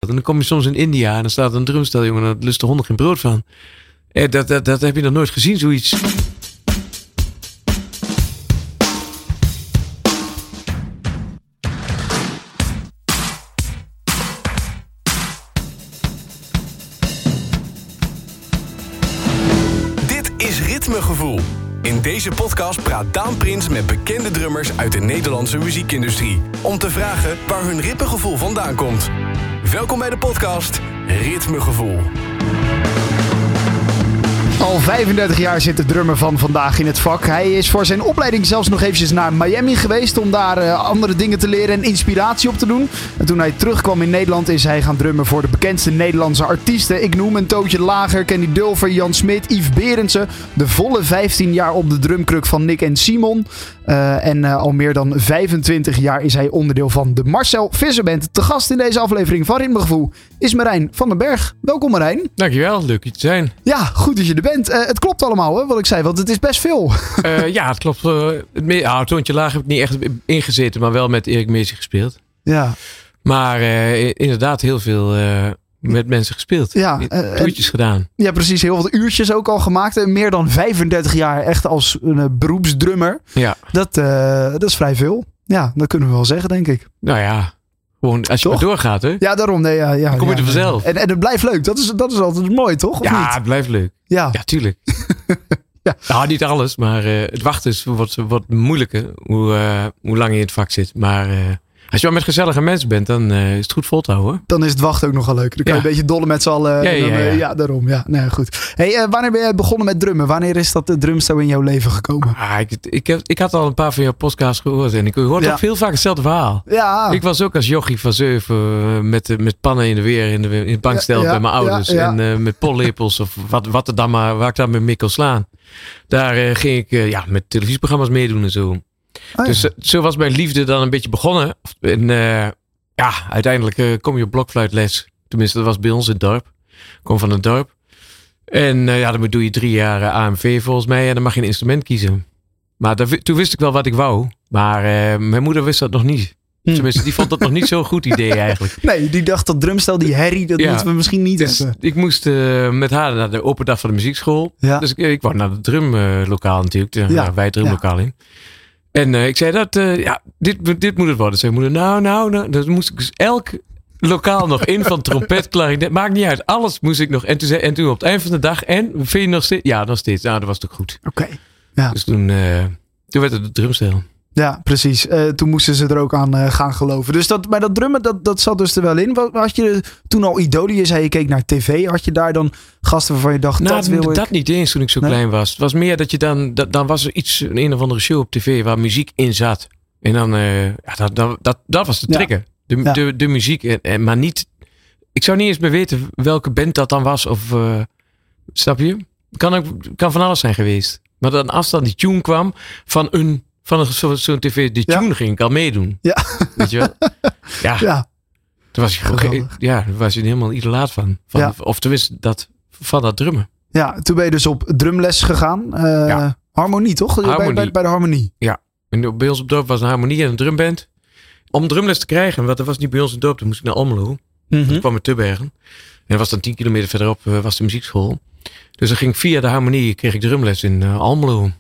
En dan kom je soms in India en dan staat een drumstel, jongen, daar lust de honden geen brood van. Dat heb je nog nooit gezien, zoiets. Dit is Ritmegevoel. In deze podcast praat Daan Prins met bekende drummers uit de Nederlandse muziekindustrie. Om te vragen waar hun ritmegevoel vandaan komt. Welkom bij de podcast Ritmegevoel. Al 35 jaar zit de drummer van vandaag in het vak. Hij is voor zijn opleiding zelfs nog eventjes naar Miami geweest om daar andere dingen te leren en inspiratie op te doen. En toen hij terugkwam in Nederland is hij gaan drummen voor de bekendste Nederlandse artiesten. Ik noem een Tootje Lager, Kenny Dulfer, Jan Smit, Yves Berendsen. De volle 15 jaar op de drumkruk van Nick en Simon. En al meer dan 25 jaar is hij onderdeel van de Marcel Visser Band. Te gast in deze aflevering van Ritmegevoel is Marijn van den Berg. Welkom Marijn. Dankjewel, leuk je te zijn. Ja, goed dat je er bent. Het klopt allemaal, hè, wat ik zei, want het is best veel. Ja, het klopt. Het Toontje Laag heb ik niet echt ingezeten, maar wel met Erik Meesie gespeeld. Ja. Maar inderdaad heel veel met mensen gespeeld. Ja, toertjes gedaan. Ja, precies. Heel wat uurtjes ook al gemaakt. Meer dan 35 jaar echt als een beroepsdrummer. Ja. Dat is vrij veel. Ja, dat kunnen we wel zeggen, denk ik. Nou ja, gewoon als je maar doorgaat, hè? Ja, daarom. Nee, ja, dan kom je er vanzelf. En het blijft leuk. Dat is altijd mooi, toch? Of ja, niet? Het blijft leuk. Ja, tuurlijk. Ja. Nou, niet alles, maar het wachten is wat moeilijker. Hoe lang je in het vak zit. Maar als je wel met gezellige mensen bent, dan is het goed vol te houden. Dan is het wachten ook nogal leuk. Dan kan je een beetje dollen met z'n allen. Ja, daarom. Ja, nee, goed. Hey, wanneer ben jij begonnen met drummen? Wanneer is dat drumstel in jouw leven gekomen? Ik had al een paar van jouw podcasts gehoord. En ik hoor toch veel vaak hetzelfde verhaal. Ja. Ik was ook als jochie van 7 met pannen in de weer in het bankstel bij mijn ouders. Ja. En met pollepels of wat er dan maar, waar ik dan met mee kon slaan. Daar ging ik met televisieprogramma's meedoen en zo. Dus zo was mijn liefde dan een beetje begonnen. En uiteindelijk kom je op blokfluitles. Tenminste, dat was bij ons in het dorp. Ik kom van het dorp. En dan doe je 3 jaar AMV volgens mij. En dan mag je een instrument kiezen. Maar toen wist ik wel wat ik wou. Maar mijn moeder wist dat nog niet. Tenminste, die vond dat nog niet zo'n goed idee eigenlijk. Nee, die dacht dat drumstel, die herrie, dat moeten we misschien niet hebben. Ik moest met haar naar de open dag van de muziekschool. Ja. Dus ik wou naar het drumlokaal natuurlijk. Bij het drumlokaal in. En ik zei dit moet het worden. Zei moeder, nou. Dan moest ik dus elk lokaal nog in van trompet, klarinet. Maakt niet uit. Alles moest ik nog. En toen op het eind van de dag. En vind je nog steeds? Ja, nog steeds. Nou, dat was toch goed. Oké. Ja. Dus toen werd het de drumstel. Ja, precies. Toen moesten ze er ook aan gaan geloven. Dus bij dat drummen, dat zat dus er wel in. Had je toen al idolen? Je zei je keek naar tv. Had je daar dan gasten waarvan je dacht, dat niet eens toen ik zo klein was. Het was meer dat je dan was er een of andere show op tv waar muziek in zat. En dan, dat was de trigger. De muziek. Maar niet, ik zou niet eens meer weten welke band dat dan was. Of, snap je? Kan van alles zijn geweest. Maar dan als dan die tune kwam van zo'n tv, die tune ging ik al meedoen. Ja. Weet je wel? Ja. Toen was je helemaal idolaat van. Of tenminste van dat drummen. Ja, toen ben je dus op drumles gegaan. Harmonie, toch? Harmonie. Bij de harmonie. Ja. En bij ons op het dorp was een harmonie en een drumband. Om drumles te krijgen, want dat was niet bij ons in het dorp. Toen moest ik naar Almelo. Toen kwam ik Tubbergen. En dat was dan 10 kilometer verderop was de muziekschool. Dus dan ging via de harmonie, kreeg ik drumles in Almelo.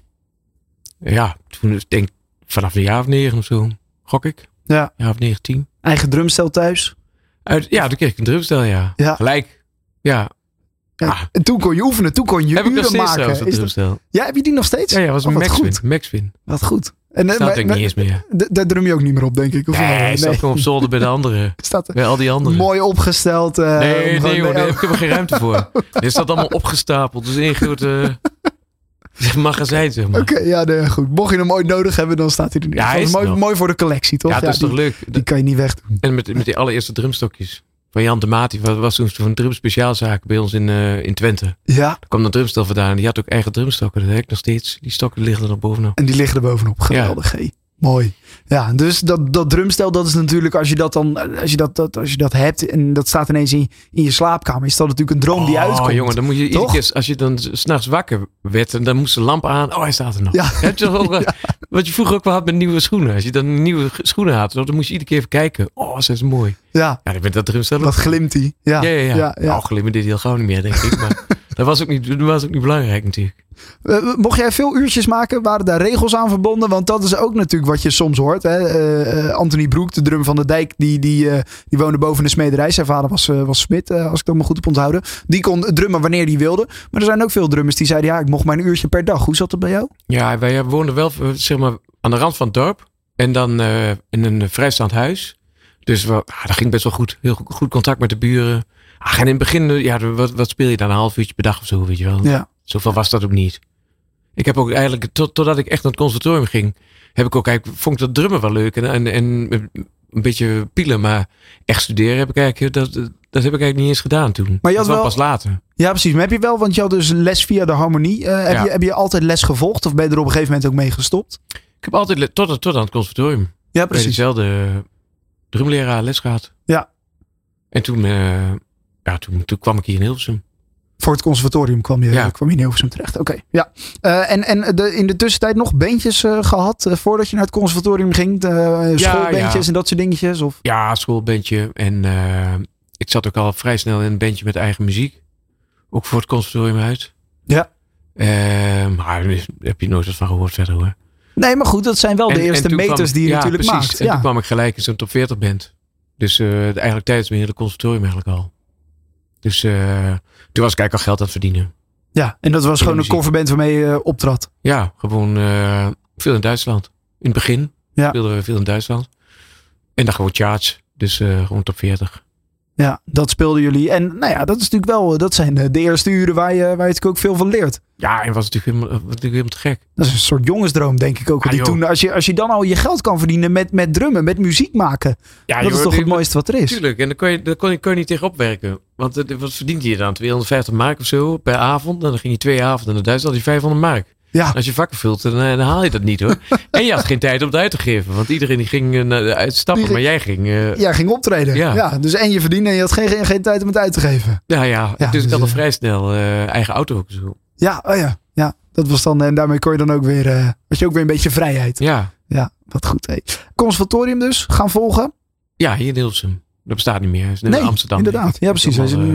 Ja, toen ik denk vanaf een jaar of 9 of zo, gok ik. Ja. Jaar of 9, 10. Eigen drumstel thuis? Toen kreeg ik een drumstel, ja. Gelijk. Ja. En toen kon je oefenen, toen kon je heb uren maken. Heb ik nog steeds drumstel. Ja, heb je die nog steeds? Ja, was een Maxwin. Wat goed. Staat denk ik niet eens meer. Daar drum je ook niet meer op, denk ik. Of nee, staat gewoon op zolder bij de anderen. Bij al die anderen. Mooi opgesteld. Nee, daar heb ik er geen ruimte voor. Dit staat allemaal opgestapeld. Dus één grote magazijn, zeg maar. Oké, goed. Mocht je hem ooit nodig hebben, dan staat hij er nu. Ja, is mooi voor de collectie, toch? Ja, dat is toch leuk. Die kan je niet wegdoen. En met die allereerste drumstokjes. Van Jan de Maat, die was toen voor een drumspeciaalzaak bij ons in Twente. Ja. Daar kwam dat drumstel vandaan. En die had ook eigen drumstokken. Dat heb ik nog steeds. Die stokken liggen er nog bovenop. En die liggen er bovenop. Geweldig, Mooi. Ja, dus dat drumstel, dat is natuurlijk als je dat hebt en dat staat ineens in je slaapkamer, is dat natuurlijk een droom die uitkomt. Oh jongen, dan moet je iedere keer, als je dan 's nachts wakker werd en dan moest de lamp aan. Oh, hij staat er nog. Ja. Heb je toch ook, wat je vroeger ook wel had met nieuwe schoenen. Als je dan nieuwe schoenen had, dan moest je iedere keer even kijken. Oh, dat is mooi. Ja. Ja, ik ben dat drumstel. Wat glimt hij. Ja. Nou, glimmen dit heel gauw niet meer, denk ik. Maar dat was ook niet belangrijk natuurlijk. Mocht jij veel uurtjes maken, waren daar regels aan verbonden? Want dat is ook natuurlijk wat je soms hoort. Hè? Anthony Broek, de drummer van de Dijk, die woonde boven de smederij. Zijn vader was smid, als ik het me goed heb onthouden. Die kon drummen wanneer hij wilde. Maar er zijn ook veel drummers die zeiden, ja, ik mocht maar een uurtje per dag. Hoe zat dat bij jou? Ja, wij woonden wel zeg maar, aan de rand van het dorp. En dan in een vrijstaand huis. Dus dat ging best wel goed. Heel goed contact met de buren. En in het begin, wat speel je dan? Een half uurtje per dag of zo, weet je wel. Ja. Zoveel was dat ook niet. Ik heb ook eigenlijk, totdat ik echt naar het conservatorium ging, vond ik dat drummen wel leuk. En een beetje pielen, maar echt studeren heb ik eigenlijk, dat heb ik eigenlijk niet eens gedaan toen. Maar je had dat wel pas later. Ja, precies. Maar heb je wel, want je had dus les via de harmonie. Heb je altijd les gevolgd of ben je er op een gegeven moment ook mee gestopt? Ik heb altijd tot aan het conservatorium. Ja, precies. Bij dezelfde drumleraar les gehad. Ja. En toen kwam ik hier in Hilversum. Voor het conservatorium kwam je in Hilversum terecht. Oké, ja. In de tussentijd nog bandjes gehad voordat je naar het conservatorium ging? Schoolbandjes en dat soort dingetjes? Of? Ja, schoolbandje. En ik zat ook al vrij snel in een bandje met eigen muziek. Ook voor het conservatorium uit. Ja. Maar daar heb je nooit wat van gehoord verder hoor. Nee, maar goed, dat zijn wel de eerste meters die je natuurlijk maakt. En toen kwam ik gelijk in zo'n top 40 band. Dus eigenlijk tijdens mijn hele conservatorium eigenlijk al. Dus toen was ik eigenlijk al geld aan het verdienen. Ja, en dat was gewoon een coverband waarmee je optrad. Ja, gewoon veel in Duitsland. In het begin speelden we veel in Duitsland. En dan gewoon charts. Dus gewoon top 40. Ja, dat speelden jullie. En nou ja, dat is natuurlijk wel, dat zijn de eerste uren waar je natuurlijk ook veel van leert. Ja, en was natuurlijk helemaal te gek. Dat is een soort jongensdroom, denk ik ook. Toen, als je dan al je geld kan verdienen met drummen, met muziek maken. Ja, dat is toch het mooiste wat er is. Tuurlijk, en daar kon je niet tegenop werken. Want wat verdient je dan? 250 mark of zo per avond. Dan ging je 2 avonden naar Duitsland, had je 500 mark. Ja. Als je vakken vult, dan haal je dat niet hoor. En je had geen tijd om het uit te geven. Want iedereen die ging uitstappen, maar jij ging... Jij ging optreden. Ja. Dus en je verdiende en je had geen tijd om het uit te geven. Ja. Dus ik had al vrij snel eigen auto ook zo. Ja, dat was dan... En daarmee kon je dan ook weer... had je ook weer een beetje vrijheid. Ja. Ja, wat goed. Hey. Conservatorium dus, gaan volgen? Ja, hier in Hilversum. Dat bestaat niet meer. Hij is in Amsterdam. Inderdaad. Ja, precies. Hij zit nu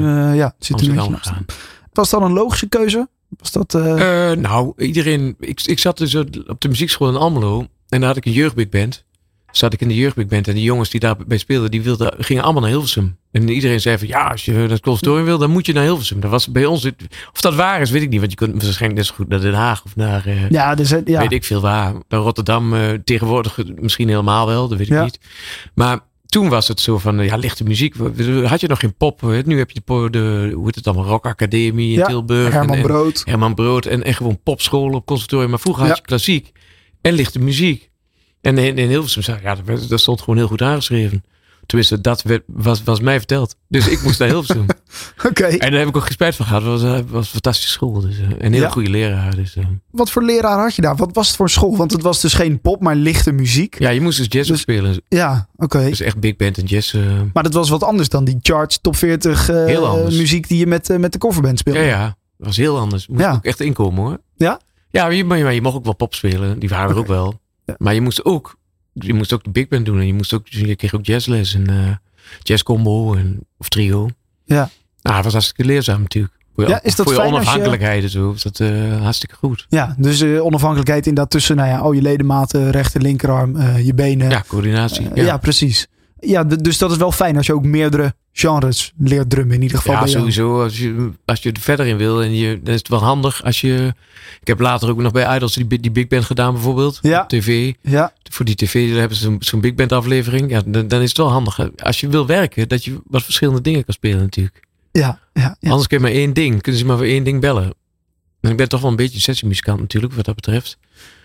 in Amsterdam. Was dat een logische keuze? Was dat... iedereen... Ik zat dus op de muziekschool in Almelo. En daar had ik een jeugdbigband. Zat ik in de jeugdbigband. En die jongens die daarbij speelden, gingen allemaal naar Hilversum. En iedereen zei van, ja, als je naar het conservatorium wil, dan moet je naar Hilversum. Dat was bij ons... Of dat waar is, weet ik niet. Want je kunt waarschijnlijk net zo goed naar Den Haag of naar... weet ik veel waar. Naar Rotterdam tegenwoordig misschien helemaal wel. Dat weet ik niet. Maar... Toen was het zo van, lichte muziek. Had je nog geen pop. Nu heb je hoe heet het allemaal, Rock Academie in Tilburg. Herman Brood. En gewoon popscholen op conservatorium. Maar vroeger had je klassiek en lichte muziek. En in Hilversum, dat stond gewoon heel goed aangeschreven. Tenminste, dat was mij verteld. Dus ik moest naar Hilversum. Oké. En daar heb ik ook geen spijt van gehad. Het was een fantastische school. Dus, een heel goede leraar. Dus, Wat voor leraar had je daar? Wat was het voor school? Want het was dus geen pop, maar lichte muziek. Ja, je moest dus jazz spelen. Ja, oké. Dus echt big band en jazz. Maar dat was wat anders dan die charts, top 40 muziek die je met de coverband speelde. Ja, dat was heel anders. Moest ook echt inkomen hoor. Ja? Ja, maar je mocht ook wel pop spelen. Die waren er ook wel. Ja. Maar je moest ook de big band doen. En je kreeg ook jazzles en jazzcombo of trio. Ja. Nou, het was hartstikke leerzaam natuurlijk. Is dat voor je onafhankelijkheid en zo is dat hartstikke goed. Ja, dus onafhankelijkheid inderdaad tussen al je ledematen, rechter, linkerarm, je benen. Ja, coördinatie. Ja, precies. Ja, dus dat is wel fijn als je ook meerdere genres leert drummen in ieder geval. Ja, sowieso. Als je er verder in wil, dan is het wel handig als je... Ik heb later ook nog bij Idols die big band gedaan bijvoorbeeld. Ja. Op tv. Ja. Voor die tv hebben ze zo'n big band aflevering. Ja, dan is het wel handig. Als je wil werken, dat je wat verschillende dingen kan spelen natuurlijk. Ja. Anders kun je maar één ding. Kunnen ze maar voor één ding bellen. En ik ben toch wel een beetje een sessiemuzikant natuurlijk, wat dat betreft.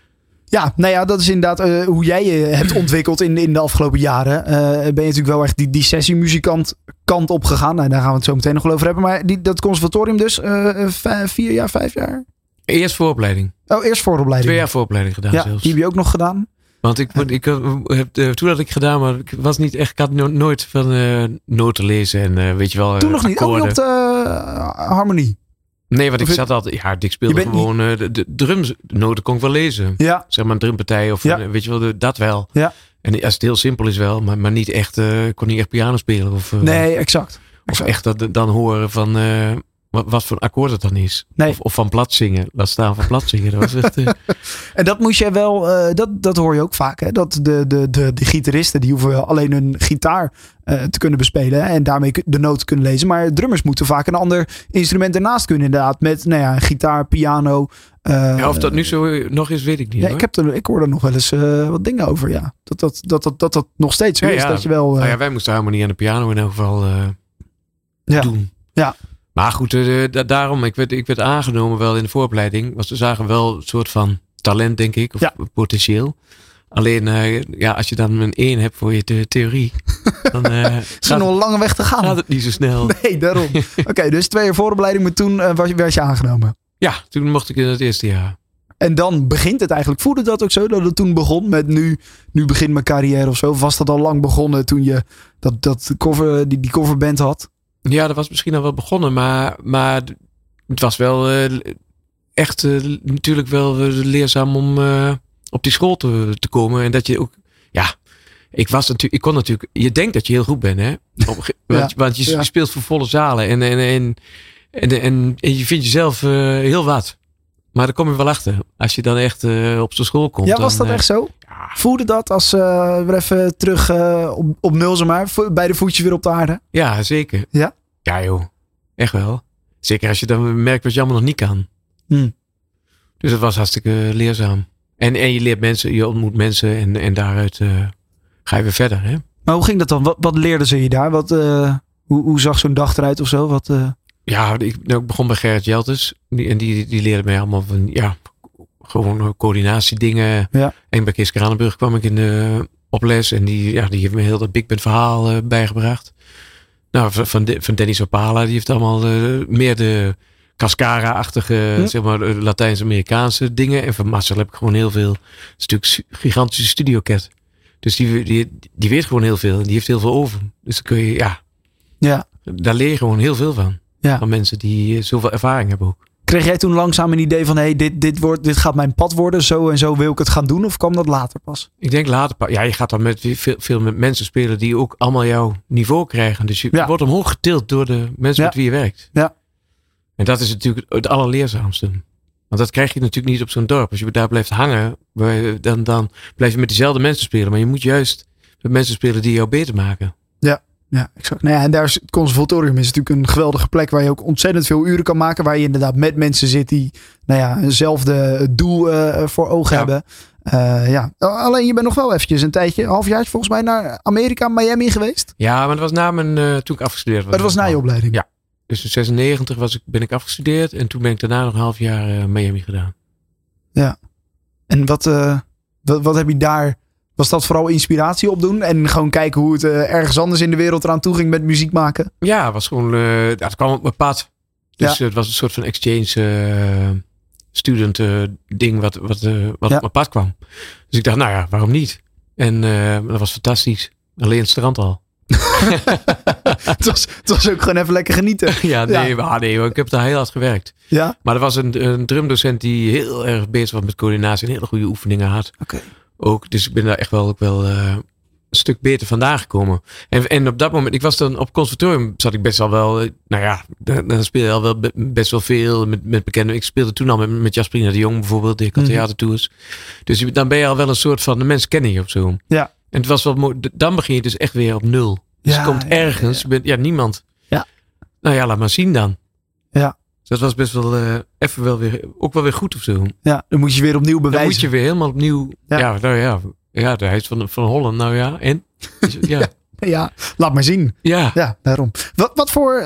Ja, dat is inderdaad hoe jij je hebt ontwikkeld in de afgelopen jaren. Ben je natuurlijk wel echt die sessiemuzikant kant op gegaan. Nou, daar gaan we het zo meteen nog wel over hebben. Maar dat conservatorium dus, 4 jaar, 5 jaar? Eerst vooropleiding. Oh, eerst vooropleiding. 2 jaar vooropleiding gedaan zelfs. Die heb je ook nog gedaan? Want toen had ik gedaan, maar ik was niet echt, ik had nooit van noten lezen en weet je wel. Toen nog niet, ook niet op de harmonie. Nee, want ik zat altijd, ik speelde gewoon de drumsnoten kon ik wel lezen. Ja. Zeg maar een drumpartij of weet je wel, dat wel. Ja. En als het heel simpel is wel, maar niet echt, ik kon niet echt piano spelen. Nee, exact. Of echt dan horen van wat voor akkoord het dan is. Nee. Of van plat zingen. Laat staan van plat zingen. Dat was echt, En dat moest jij wel, dat hoor je ook vaak. Hè? Dat de gitaristen, die hoeven alleen hun gitaar te kunnen bespelen. En daarmee de noten kunnen lezen. Maar drummers moeten vaak een ander instrument ernaast kunnen inderdaad. Met gitaar, piano. Of dat nu zo nog is, weet ik niet. Ja, ik hoor er nog wel eens wat dingen over. Ja. Dat nog steeds zo is. Dat je wel, wij moesten harmonie aan de piano in elk geval doen. Ja. Maar goed, daarom, ik werd aangenomen wel in de vooropleiding. Want ze zagen wel een soort van talent, denk ik. Of potentieel. Alleen, als je dan een 1 hebt voor je theorie. Dan is er nog een lange weg te gaan. Gaat het niet zo snel. Nee, daarom. Oké, dus 2 jaar vooropleiding. Maar toen werd je aangenomen. Ja, toen mocht ik in het eerste jaar. En dan begint het eigenlijk. Voelde dat ook zo dat het toen begon met nu begint mijn carrière of zo? Of was dat al lang begonnen toen je die coverband had? Ja, dat was misschien al wel begonnen. Maar het was wel echt natuurlijk wel leerzaam om op die school te komen. En dat je ook... Ja, ik kon natuurlijk... Je denkt dat je heel goed bent, hè? Want je speelt voor volle zalen. En je vindt jezelf heel wat. Maar daar kom je wel achter. Als je dan echt op zo'n school komt. Ja, was dat echt zo? Ja. Voelde dat als we even terug op nul, zeg maar. Bij de voetjes weer op de aarde? Ja, zeker. Ja? Ja, joh. Echt wel. Zeker als je dan merkt wat je allemaal nog niet kan. Dus dat was hartstikke leerzaam. En je leert mensen, je ontmoet mensen en daaruit ga je weer verder. Hè? Maar hoe ging dat dan? Wat leerden ze je daar? Hoe zag zo'n dag eruit of zo? Ja, ik begon bij Gerrit Jelters. Die leerde mij allemaal van, gewoon coördinatiedingen. Ja. En bij Kees Kranenburg kwam ik op les. En die heeft me heel dat Big Band verhaal bijgebracht. Nou, van Dennis Opala, die heeft allemaal meer de Cascara-achtige, zeg maar, Latijns-Amerikaanse dingen. En van Marcel heb ik gewoon heel veel. Het is natuurlijk een gigantische studiocat. Dus die weet gewoon heel veel. En die heeft heel veel over. Dus dan kun je, daar leer je gewoon heel veel van. Ja. Van mensen die zoveel ervaring hebben ook. Kreeg jij toen langzaam een idee van, dit gaat mijn pad worden, zo en zo wil ik het gaan doen? Of kwam dat later pas? Ik denk later pas. Ja, je gaat dan veel met mensen spelen die ook allemaal jouw niveau krijgen. Dus je wordt omhoog getild door de mensen met wie je werkt. Ja. En dat is natuurlijk het allerleerzaamste. Want dat krijg je natuurlijk niet op zo'n dorp. Als je daar blijft hangen, dan blijf je met diezelfde mensen spelen. Maar je moet juist met mensen spelen die jou beter maken. Ja, exact. En daar is het conservatorium is natuurlijk een geweldige plek waar je ook ontzettend veel uren kan maken. Waar je inderdaad met mensen zit die eenzelfde doel voor ogen hebben. Alleen je bent nog wel eventjes een tijdje, een halfjaartje volgens mij, naar Amerika, Miami geweest. Ja, maar dat was na toen ik afgestudeerd was. Dat was na je opleiding? Ja. Dus in 96 ben ik afgestudeerd en toen ben ik daarna nog een half jaar Miami gedaan. Ja. En wat heb je daar... Was dat vooral inspiratie opdoen? En gewoon kijken hoe het ergens anders in de wereld eraan toe ging met muziek maken? Ja, het was gewoon... het kwam op mijn pad. Dus het was een soort van exchange student ding wat op mijn pad kwam. Dus ik dacht, waarom niet? En dat was fantastisch. Alleen het strand al. het was ook gewoon even lekker genieten. Nee, ik heb daar heel hard gewerkt. Ja? Maar er was een drumdocent die heel erg bezig was met coördinatie en hele goede oefeningen had. Oké. Ook, dus ik ben daar echt wel een stuk beter vandaan gekomen. En op dat moment, ik was dan op het conservatorium, zat ik best al wel, dan speel je al wel best wel veel met bekenden. Ik speelde toen al met Jasperina de Jong bijvoorbeeld, die had theatertours. Dus dan ben je al wel een soort van, de mensen kennen je of zo. Ja. En het was wel mooi, dan begin je dus echt weer op nul. Dus je komt ergens, niemand. Ja. Laat maar zien dan. Ja. Dat was best wel even wel weer, ook wel weer goed of zo. Ja, dan moet je weer opnieuw bewijzen. Dan moet je weer helemaal opnieuw. Ja, de huis van Holland, en? Ja, laat maar zien. Ja, daarom. Wat voor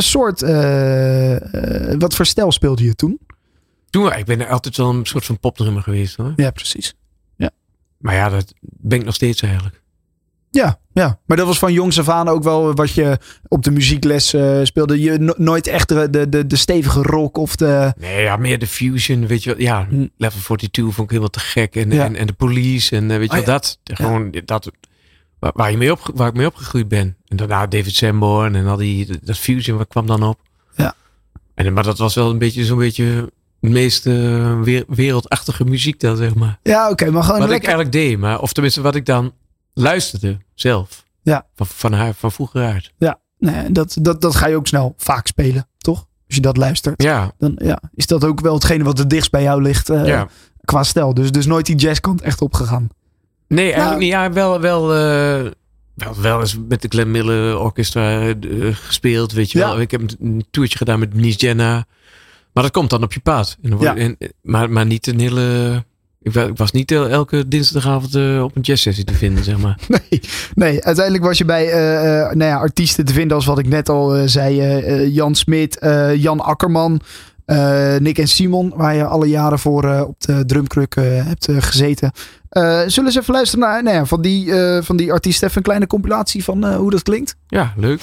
wat voor stijl speelde je toen? Ik ben altijd wel een soort van popdrummer geweest, hoor. Ja, precies. Ja. Maar dat ben ik nog steeds eigenlijk. Ja, maar dat was van jongs af aan ook wel wat je op de muziekles speelde. Je nooit echt de stevige rock of de... Nee, ja, meer de fusion, weet je wel. Ja, Level 42 vond ik helemaal te gek. En de Police en weet je wel, dat. Gewoon dat waar ik mee opgegroeid ben. En daarna David Sanborn en al dat fusion, wat kwam dan op? Ja. Maar dat was wel zo'n beetje de meest wereldachtige muziek dan, zeg maar. Ja, oké, maar gewoon wat ik eigenlijk deed, maar of tenminste wat ik dan luisterde zelf. Ja. Van vroeger uit. Ja, nee, dat ga je ook snel vaak spelen, toch? Als je dat luistert. Ja. Dan is dat ook wel hetgene wat het dichtst bij jou ligt qua stijl. Dus nooit die jazzkant echt opgegaan. Nee, eigenlijk niet. Ja, wel eens met de Glenn Miller Orchestra gespeeld, weet je wel. Ik heb een toertje gedaan met Denise Jenna. Maar dat komt dan op je pad. Maar niet een hele... Ik was niet elke dinsdagavond op een jazzsessie te vinden, zeg maar. Nee, uiteindelijk was je bij artiesten te vinden als wat ik net al zei. Jan Smit, Jan Akkerman, Nick en Simon, waar je alle jaren voor op de drumkruk hebt gezeten. Zullen we eens even luisteren naar van die artiesten? Even een kleine compilatie van hoe dat klinkt? Ja, leuk.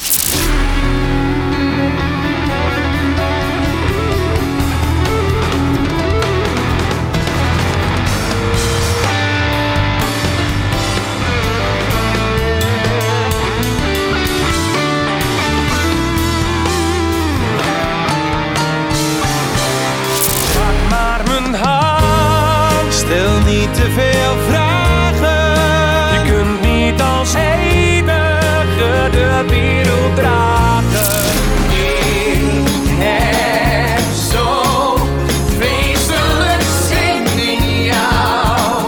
Stel niet te veel vragen. Je kunt niet als eeuwige de wereld dragen. Ik heb zo feestelijk zin in jou.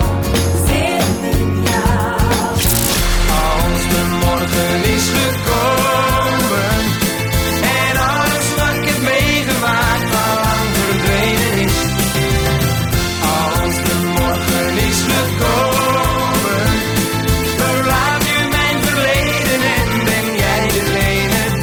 Als de morgen is gekomen en alles wat ik heb meegemaakt al lang verdwenen is. Verlaat je mijn verleden en ben jij degene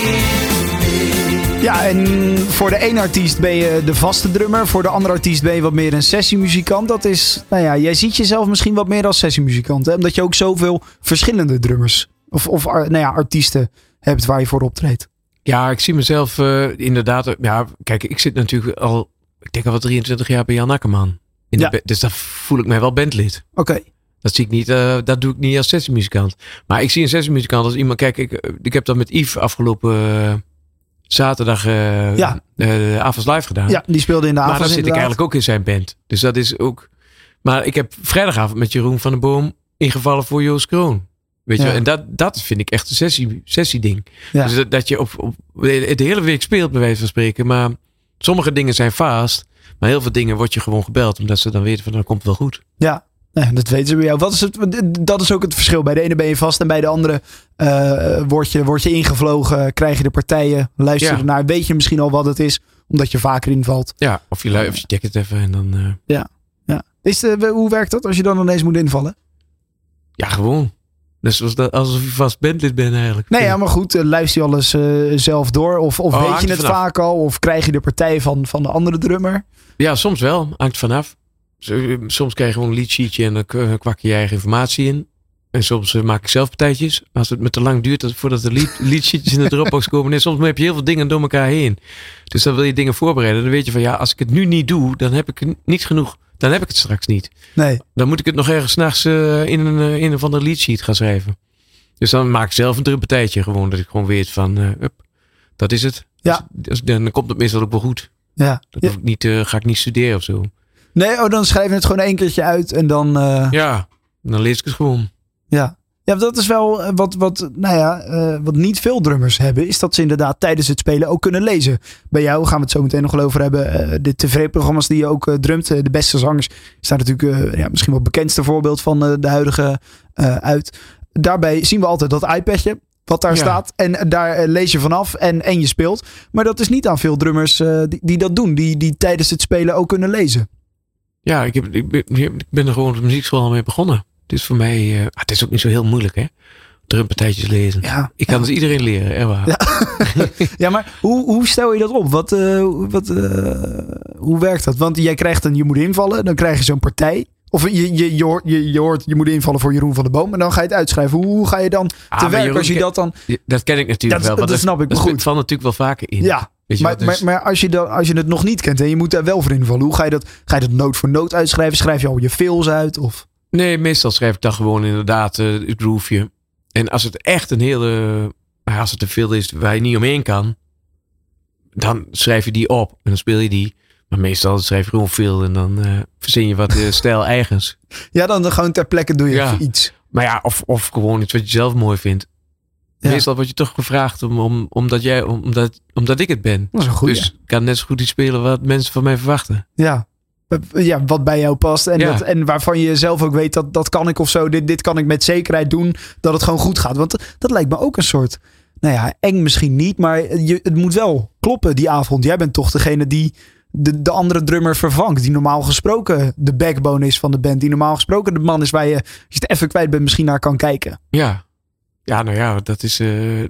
die... Ja, en voor de ene artiest ben je de vaste drummer. Voor de andere artiest ben je wat meer een sessiemuzikant. Dat is, jij ziet jezelf misschien wat meer als sessiemuzikant. Hè? Omdat je ook zoveel verschillende drummers of artiesten hebt waar je voor optreedt. Ja, ik zie mezelf inderdaad... Ja, kijk, ik zit natuurlijk al... Ik denk al wat 23 jaar bij Jan Akkerman. Dus daar voel ik mij wel bandlid. Oké. Dat zie ik niet. Dat doe ik niet als sessiemuzikant. Maar ik zie een sessiemuzikant als iemand. Kijk, ik heb dat met Yves afgelopen zaterdag Avas Live gedaan. Ja, die speelde in de Avas. Maar dan zit ik eigenlijk ook in zijn band. Dus dat is ook. Maar ik heb vrijdagavond met Jeroen van den Boom ingevallen voor Joost Kroon. Weet je wel? En dat vind ik echt een sessieding. Ja. Dus dat je op de hele week speelt, bij wijze van spreken. Maar sommige dingen zijn vast. Maar heel veel dingen word je gewoon gebeld. Omdat ze dan weten van, dat komt wel goed. Ja, dat weten ze bij jou. Dat is ook het verschil. Bij de ene ben je vast en bij de andere word je ingevlogen. Krijg je de partijen. Luister je ernaar. Weet je misschien al wat het is. Omdat je vaker invalt. Ja, of je checkt het even en dan... Ja. Hoe werkt dat als je dan ineens moet invallen? Ja, gewoon. Dus alsof je vast bandlid bent eigenlijk. Nee, ja, maar goed. Luister je alles zelf door? Of weet je het vaak al? Of krijg je de partij van de andere drummer? Ja, soms wel. Hangt vanaf. Soms krijg je gewoon een leadsheetje en dan kwak je eigen informatie in. En soms maak ik zelf partijtjes. Als het me te lang duurt voordat de leadsheetjes in de Dropbox komen. En soms heb je heel veel dingen door elkaar heen. Dus dan wil je dingen voorbereiden. Dan weet je van als ik het nu niet doe, dan heb ik niet genoeg. Dan heb ik het straks niet. Nee. Dan moet ik het nog ergens 's nachts in een of andere leadsheet gaan schrijven. Dus dan maak ik zelf een drumpartijtje gewoon. Dat ik gewoon weet van, dat is het. Ja. Dus dan komt het meestal ook wel goed. Ja. Dat hoef ik niet, ga ik niet studeren of zo. Nee, dan schrijf je het gewoon 1 keertje uit en dan... Ja, dan lees ik het gewoon. Ja. Ja, dat is wel wat niet veel drummers hebben. Is dat ze inderdaad tijdens het spelen ook kunnen lezen. Bij jou gaan we het zo meteen nog wel over hebben. De tv-programma's die je ook drumt. De beste zangers. Is daar natuurlijk misschien wel het bekendste voorbeeld van de huidige uit. Daarbij zien we altijd dat iPadje wat daar staat. En daar lees je vanaf en je speelt. Maar dat is niet aan veel drummers die dat doen. Die tijdens het spelen ook kunnen lezen. Ja, ik ben er gewoon op de muziekschool al mee begonnen. Het is voor mij, het is ook niet zo heel moeilijk, hè? Drumpartijtjes lezen. Ja, ik kan het iedereen leren, echt waar. Ja, ja, maar hoe stel je dat op? Hoe werkt dat? Want jij krijgt je moet invallen, dan krijg je zo'n partij. Of je moet invallen voor Jeroen van der Boom. En dan ga je het uitschrijven. Hoe ga je dan te werk als je dat dan... Dat ken ik natuurlijk wel. Dat snap ik. Dat valt natuurlijk wel vaker in. Ja, maar als je het nog niet kent en je moet daar wel voor invallen. Hoe ga je dat? Ga je dat noot voor noot uitschrijven? Schrijf je al je fills uit? Of? Nee, meestal schrijf ik dan gewoon inderdaad het grooveje. En als het echt een hele... Als het te veel is waar je niet omheen kan. Dan schrijf je die op. En dan speel je die. Maar meestal schrijf je gewoon veel. En dan verzin je wat stijl eigens. Ja, dan gewoon ter plekke doe je even iets. Maar ja, of gewoon iets wat je zelf mooi vindt. Ja. Meestal word je toch gevraagd omdat ik het ben. Dat is een goeie. Dus ik kan net zo goed iets spelen wat mensen van mij verwachten. Ja, wat bij jou past. En waarvan je zelf ook weet dat kan ik of zo. Dit kan ik met zekerheid doen. Dat het gewoon goed gaat. Want dat lijkt me ook een soort... eng misschien niet. Maar het moet wel kloppen die avond. Jij bent toch degene die de andere drummer vervangt. Die normaal gesproken de backbone is van de band. Die normaal gesproken de man is waar je, als je het even kwijt bent, misschien naar kan kijken. Ja, dat is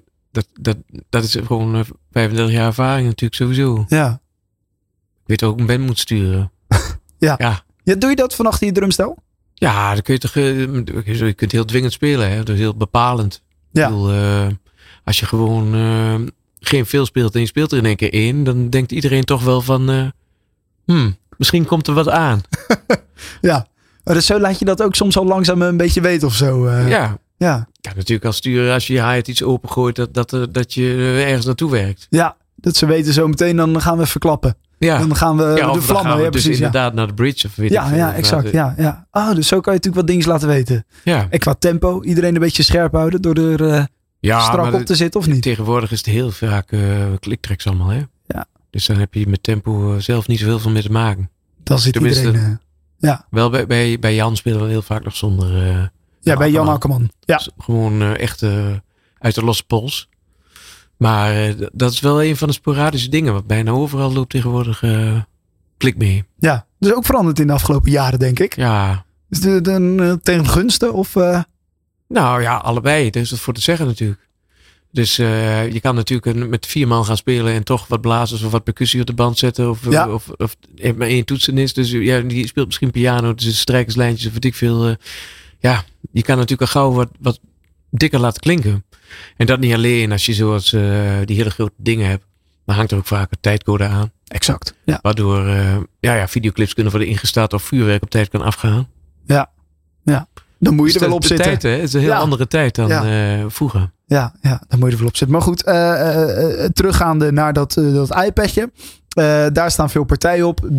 gewoon 35 jaar ervaring natuurlijk sowieso. Ja. Ik weet ook een band moet sturen. Ja, doe je dat van achter je drumstel? Ja, dan kun je toch... je kunt heel dwingend spelen. Hè? Dat is heel bepalend. Ja. Ik bedoel, als je gewoon geen veel speelt en je speelt er in één keer één, dan denkt iedereen toch wel van... misschien komt er wat aan. Ja, dus zo laat je dat ook soms al langzaam een beetje weten of zo. Ja, natuurlijk als sturen, als je je hi-hat iets opengooit, dat je ergens naartoe werkt. Ja, dat ze weten zo meteen, dan gaan we verklappen. Ja. Dan gaan we de vlammen. Gaan we dus inderdaad naar de bridge. Of weet ik veel. Ja, exact. Ja. Oh, dus zo kan je natuurlijk wat dingen laten weten. Ja. En qua tempo, iedereen een beetje scherp houden door er strak op te zitten of niet? Tegenwoordig is het heel vaak kliktracks allemaal. Hè? Ja. Dus dan heb je met tempo zelf niet zoveel van mee te maken. Dan zit iedereen... Wel bij Jan spelen we heel vaak nog zonder... bij Jan Akkerman. Ja. Dus gewoon echt uit de losse pols. Maar dat is wel een van de sporadische dingen. Want bijna overal loopt tegenwoordig klik mee. Ja, dus ook veranderd in de afgelopen jaren, denk ik. Ja. Is het ten gunste? Of, Nou ja, allebei. Er is wat voor te zeggen natuurlijk. Dus je kan natuurlijk met 4 man gaan spelen en toch wat blazers of wat percussie op de band zetten. Of maar 1 toetsenist. Dus die speelt misschien piano. Dus strijkerslijntjes of weet ik veel. Je kan natuurlijk al gauw wat dikker laten klinken. En dat niet alleen als je zoals die hele grote dingen hebt. Dan hangt er ook vaak een tijdcode aan. Exact. Ja. Waardoor videoclips kunnen worden ingestart of vuurwerk op tijd kan afgaan. Ja. Dan moet je er wel op zitten. Tijd, hè? Het is een heel andere tijd dan vroeger. Ja, dan moet je er wel op zitten. Maar goed, teruggaande naar dat iPadje. Daar staan veel partijen op.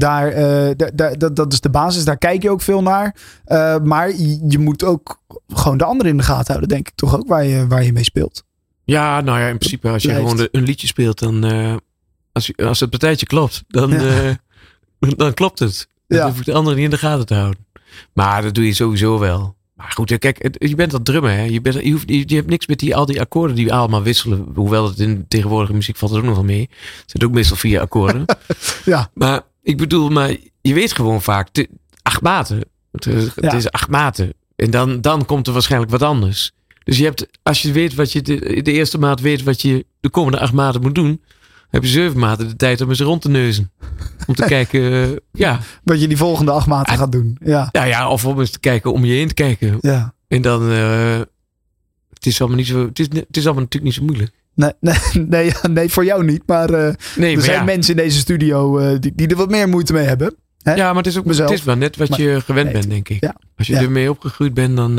Dat is de basis. Daar kijk je ook veel naar. Maar je moet ook gewoon de anderen in de gaten houden, denk ik. Toch ook waar je mee speelt. Ja, nou ja, in principe als je gewoon een liedje speelt. Dan als het partijtje klopt. Dan klopt het. Dan hoef ik de anderen niet in de gaten te houden. Maar dat doe je sowieso wel. Maar goed, kijk, je bent dat drummen. Hè? Je hebt niks met al die akkoorden die we allemaal wisselen. Hoewel het in tegenwoordige muziek valt er ook nog wel mee. Het zijn ook meestal 4 akkoorden. Ja. Maar ik bedoel, je weet gewoon vaak 8 maten. Het is 8 maten. En dan komt er waarschijnlijk wat anders. Dus je hebt, als je weet wat je de eerste maat weet wat je de komende 8 maten moet doen. Heb je 7 maten de tijd om eens rond te neuzen. Om te kijken, wat je die volgende 8 maten gaat doen. Ja, of om eens te kijken, om je heen te kijken. Ja. En dan, het is allemaal niet zo, het is allemaal natuurlijk niet zo moeilijk. Nee, voor jou niet. Maar er zijn mensen in deze studio die er wat meer moeite mee hebben. Hè? Ja, maar het is wel net wat je gewend bent, denk ik. Ja. Als je ermee opgegroeid bent, dan...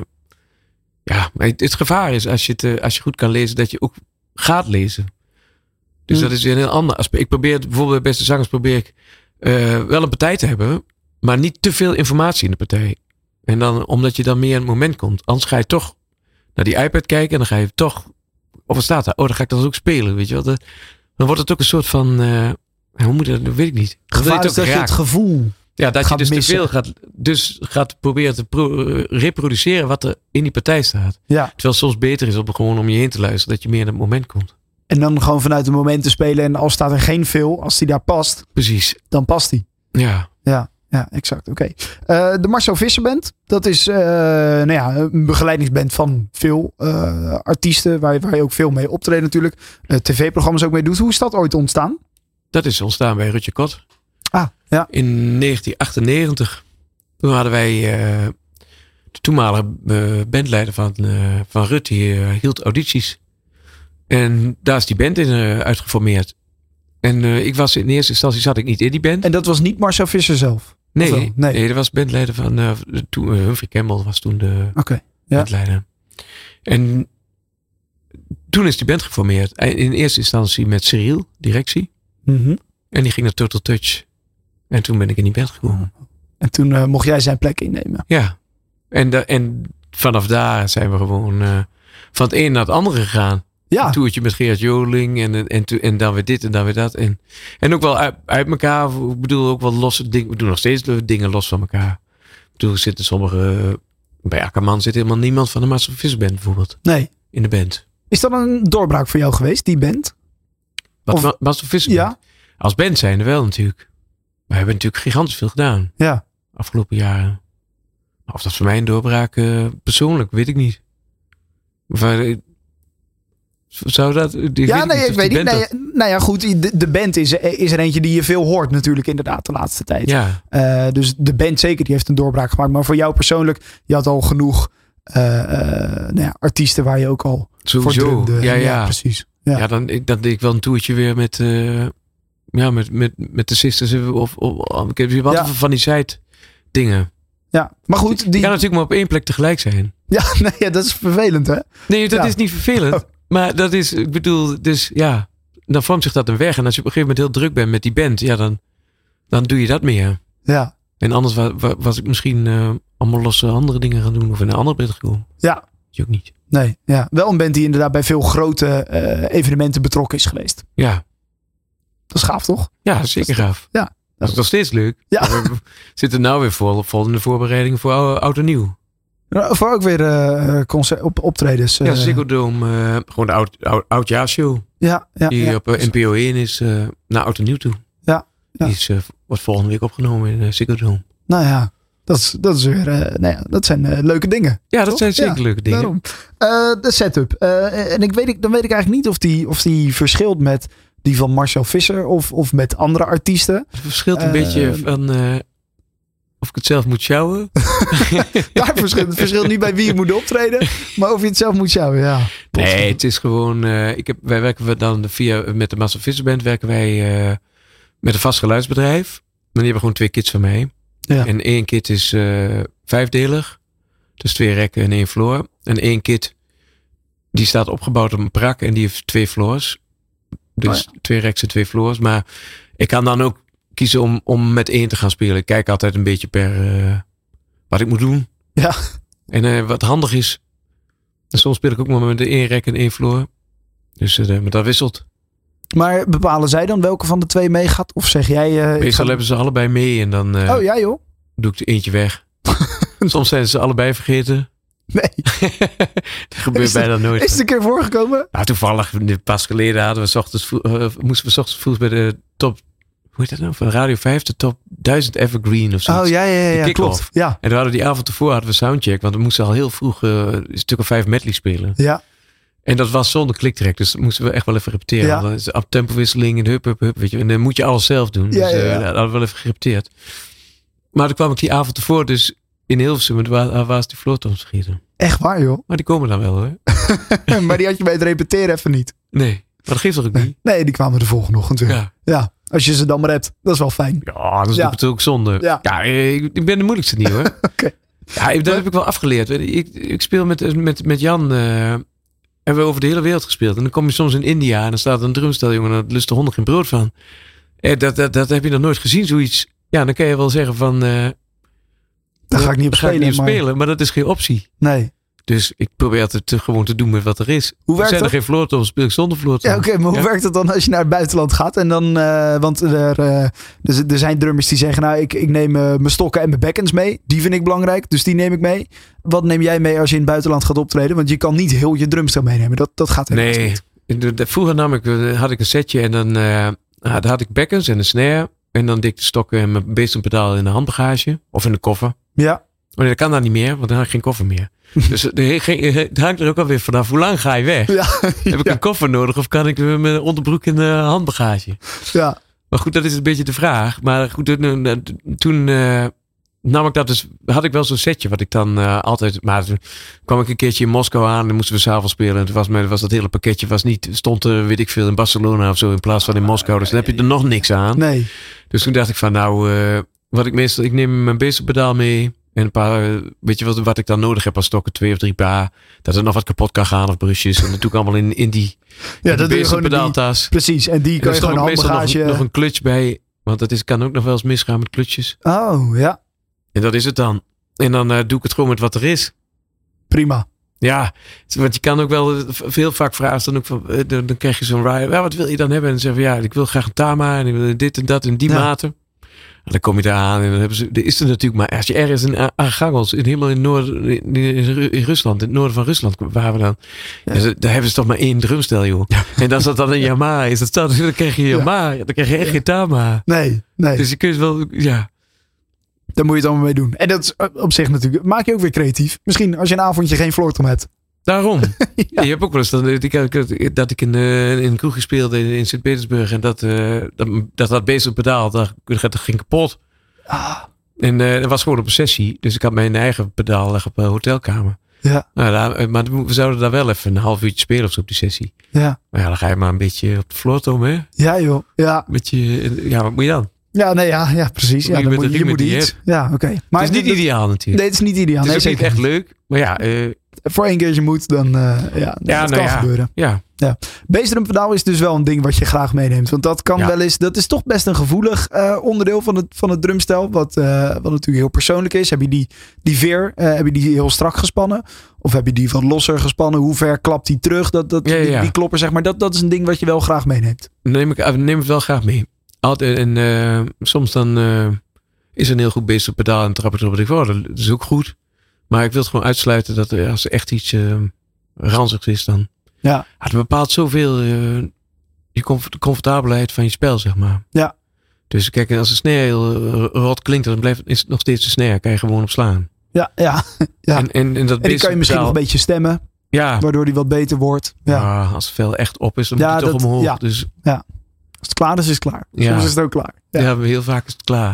maar het gevaar is, als je goed kan lezen, dat je ook gaat lezen. Dus dat is weer een heel ander aspect. Ik probeer bijvoorbeeld bij Beste Zangers wel een partij te hebben, maar niet te veel informatie in de partij. En dan, omdat je dan meer in het moment komt. Anders ga je toch naar die iPad kijken en dan ga je toch, of wat staat daar? Oh, dan ga ik dat ook spelen, weet je wel. Dan wordt het ook een soort van, hoe moet dat? Dat weet ik niet. Gevaar is dat je het gevoel dat je dus missen. Te veel gaat proberen te reproduceren wat er in die partij staat. Ja. Terwijl het soms beter is om je heen te luisteren, dat je meer in het moment komt. En dan gewoon vanuit het moment te spelen. En als staat er geen veel, als die daar past. Precies. Dan past die. Ja, exact. Oké. De Marcel Visser Band. Dat is een begeleidingsband van veel artiesten. Waar je ook veel mee optreedt natuurlijk. TV-programma's ook mee doet. Hoe is dat ooit ontstaan? Dat is ontstaan bij Rutje Kot. Ah, ja. In 1998. Toen hadden wij de toenmalige bandleider van Rut, die hield audities. En daar is die band in uitgeformeerd. En ik was in eerste instantie zat ik niet in die band. En dat was niet Marcel Visser zelf? Nee, dat was bandleider van Humphrey Campbell was toen de bandleider. En toen is die band geformeerd. In eerste instantie met Cyril, directie. Mm-hmm. En die ging naar Total Touch. En toen ben ik in die band gekomen. En toen mocht jij zijn plek innemen. Ja. En vanaf daar zijn we gewoon van het een naar het andere gegaan. Ja. Een toertje met Gerard Joling en dan weer dit en dan weer dat. En ook wel uit elkaar. Ik bedoel ook wel losse dingen. We doen nog steeds dingen los van elkaar. Ik bedoel, er zitten sommige... Bij Akkerman zit helemaal niemand van de Marcel Visser Band bijvoorbeeld. Nee. In de band. Is dat een doorbraak voor jou geweest, die band? Marcel Visser Band? Ja. Als band zijn er wel natuurlijk. We hebben natuurlijk gigantisch veel gedaan. Ja. Afgelopen jaren. Of dat voor mij een doorbraak persoonlijk, weet ik niet. Zou dat? Ik weet niet. Nou ja, goed. De band is er eentje die je veel hoort natuurlijk inderdaad de laatste tijd. Ja. Dus de band zeker, die heeft een doorbraak gemaakt. Maar voor jou persoonlijk, je had al genoeg artiesten waar je ook al voor drumde. Ja, precies. Ja, dan deed ik wel een toertje weer met de Sisters. Of ik heb wat van die side dingen. Ja, maar goed. Je kan natuurlijk maar op één plek tegelijk zijn. Ja, dat is vervelend, hè? Nee, dat is niet vervelend. Maar dat is, ik bedoel, dus ja, dan vormt zich dat een weg. En als je op een gegeven moment heel druk bent met die band, ja, dan doe je dat meer. Ja. En anders was ik misschien allemaal losse andere dingen gaan doen of in een andere band gekomen. Ja. Dat is ook niet. Nee, ja. Wel een band die inderdaad bij veel grote evenementen betrokken is geweest. Ja. Dat is gaaf, toch? Ja, zeker gaaf. Ja. Dat is nog steeds leuk. Ja. We zitten nou weer vol in de voorbereiding voor Oud en Nieuw. Voor ook weer optredens. Ja, Ziggo Dome. Gewoon de oudjaarshow. Ja. Die op NPO 1 is naar Oud en Nieuw toe. Ja. Die wordt volgende week opgenomen in Ziggo Dome. Nou ja, dat is weer, dat zijn leuke dingen. Ja, dat zijn zeker leuke dingen. Daarom. De setup. En dan weet ik eigenlijk niet of die verschilt met die van Marcel Visser of met andere artiesten. Het verschilt een beetje van of ik het zelf moet sjouwen. Daar verschilt niet bij wie je moet optreden, maar of je het zelf moet sjouwen, ja. Nee, het is gewoon, wij werken dan met de Marcel Visser Band werken wij met een vast geluidsbedrijf. En die hebben gewoon 2 kits van mij. Ja. En 1 kit is 5-delig. Dus 2 rekken en 1 floor. En 1 kit die staat opgebouwd op een prak en die heeft 2 floors. Dus 2 reks en 2 floors. Maar ik kan dan ook kiezen om met 1 te gaan spelen. Ik kijk altijd een beetje per wat ik moet doen. Ja. En wat handig is. En soms speel ik ook maar met 1 rek en 1 floor. Dus maar dat wisselt. Maar bepalen zij dan welke van de 2 meegaat? Of zeg jij... Meestal hebben ze allebei mee en dan oh ja joh. Doe ik er eentje weg. Soms zijn ze allebei vergeten. Nee. Dat gebeurt bijna nooit. Is het een keer voorgekomen? Nou, toevallig, pas geleden hadden we moesten we 's ochtends vroeg bij de top, hoe heet dat nou, van Radio 5, de top 1000 Evergreen of zo. Oh ja, klopt. Ja. En dan hadden we die avond ervoor hadden we soundcheck, want we moesten al heel vroeg een stuk of 5 medley spelen. Ja. En dat was zonder kliktrack, dus dat moesten we echt wel even repeteren. Ja. Dan is de tempowisseling en hup, weet je. En dan moet je alles zelf doen. Ja, dus ja. dat hadden we wel even gerepeteerd. Maar dan kwam ik die avond ervoor, dus in Hilversum, waar was die floortoms vergeten. Echt waar, joh? Maar die komen dan wel, hoor. Maar die had je bij het repeteren even niet. Nee, maar dat geeft toch ook niet? Nee, die kwamen de volgende ochtend weer. Ja, als je ze dan maar hebt. Dat is wel fijn. Ja, dat is natuurlijk zonde. Ja, ik ben de moeilijkste niet, hoor. Okay. Ja, dat heb ik wel afgeleerd. Ik speel met Jan... hebben we over de hele wereld gespeeld. En dan kom je soms in India en dan staat een drumstel, jongen, daar lust de hond geen brood van. Dat heb je nog nooit gezien, zoiets. Ja, dan kan je wel zeggen van... daar ga ik niet op spelen. Maar dat is geen optie. Nee. Dus ik probeer het gewoon te doen met wat er is. Hoe werkt zijn er geen floortoms, speel ik zonder floortoms. Ja, oké, maar hoe werkt het dan als je naar het buitenland gaat? En dan, want er zijn drummers die zeggen, nou, ik neem mijn stokken en mijn bekkens mee. Die vind ik belangrijk, dus die neem ik mee. Wat neem jij mee als je in het buitenland gaat optreden? Want je kan niet heel je drumstel meenemen. Dat gaat helemaal niet. Vroeger had ik een setje en dan had ik bekkens en een snare. En dan deed ik de stokken en mijn beestenpedaal in de handbagage. Of in de koffer. Ja. Maar dat kan dan niet meer, want dan heb ik geen koffer meer. Dus het hangt er ook alweer vanaf. Hoe lang ga je weg? Ja. Heb ik een koffer nodig of kan ik mijn onderbroek in de handbagage? Ja. Maar goed, dat is een beetje de vraag. Maar goed, toen namelijk dat dus, had ik wel zo'n setje wat ik dan altijd... Maar toen kwam ik een keertje in Moskou aan. Dan moesten we 's avonds spelen. En toen was dat hele pakketje stond weet ik veel, in Barcelona of zo. In plaats van in Moskou. Dus dan heb je er nog niks aan. Nee. Dus toen dacht ik van ik neem mijn baseballpedaal mee. En een paar, weet je wat ik dan nodig heb als stokken, 2 of 3 paar. Dat er nog wat kapot kan gaan of brusjes. En dat doe ik allemaal in die baseballpedaaltas. Precies, en die kan je gewoon handbagage... nog een clutch bij. Want het kan ook nog wel eens misgaan met clutches. Oh, ja. En dat is het dan. En dan doe ik het gewoon met wat er is. Prima. Ja, want je kan ook wel veel vaak vragen. Dan krijg je zo'n ride. Ja, wat wil je dan hebben? En dan zeggen we, ik wil graag een Tama. En ik wil dit en dat in die maten. En dan kom je daar aan en dan hebben ze... Er is er natuurlijk maar... Als je ergens in Archangels, helemaal in Rusland, in het noorden van Rusland, waar we dan... Ja. Daar hebben ze toch maar 1 drumstel, joh. Ja. En als dat dan een Yamaha is, dan krijg je Yamaha. Dan krijg je echt geen Tama. Nee. Dus je kunt wel... Ja. Daar moet je het allemaal mee doen. En dat is op zich natuurlijk... Maak je ook weer creatief. Misschien als je een avondje geen floortom hebt. Daarom. Ja. Je hebt ook wel eens dat ik in een kroegje speelde in Sint-Petersburg. En dat baseballpedaal, dat ging kapot. En dat was gewoon op een sessie. Dus ik had mijn eigen pedaal op een hotelkamer. Ja. Maar we zouden daar wel even een half uurtje spelen of zo op die sessie. Ja. Maar dan ga je maar een beetje op de floortom, hè? Ja, joh. Ja. Wat moet je dan? Ja, nee, ja, precies. Ja, dan moet je iets. Ja, oké. Maar het is niet ideaal natuurlijk. Nee, het is niet ideaal. Het is ook niet echt leuk. Maar ja... voor 1 keer je moet, dan dat kan gebeuren. Ja. Bassdrumpedaal is dus wel een ding wat je graag meeneemt. Want dat kan wel eens... Dat is toch best een gevoelig onderdeel van het drumstel. Wat natuurlijk heel persoonlijk is. Heb je die veer, heb je die heel strak gespannen? Of heb je die wat losser gespannen? Hoe ver klapt die terug? Die klopper, zeg maar. Dat is een ding wat je wel graag meeneemt. Neem het wel graag mee. Altijd, en soms dan is er een heel goed bassdrumpedaal en trap ik erop. Dat is ook goed. Maar ik wil het gewoon uitsluiten dat als er echt iets ranzigs is, dan... Ja. Het bepaalt zoveel je comfortabelheid van je spel, zeg maar. Ja. Dus kijk, als een snare heel rot klinkt, dan is het nog steeds een snare. Kan je gewoon op slaan. Ja. En die kan je misschien nog een beetje stemmen. Ja. Waardoor die wat beter wordt. Ja. Als het vel echt op is, dan moet het toch omhoog. Ja. Dus... ja. Als het klaar is, is het klaar. Soms is het ook klaar. Ja, heel vaak is het klaar.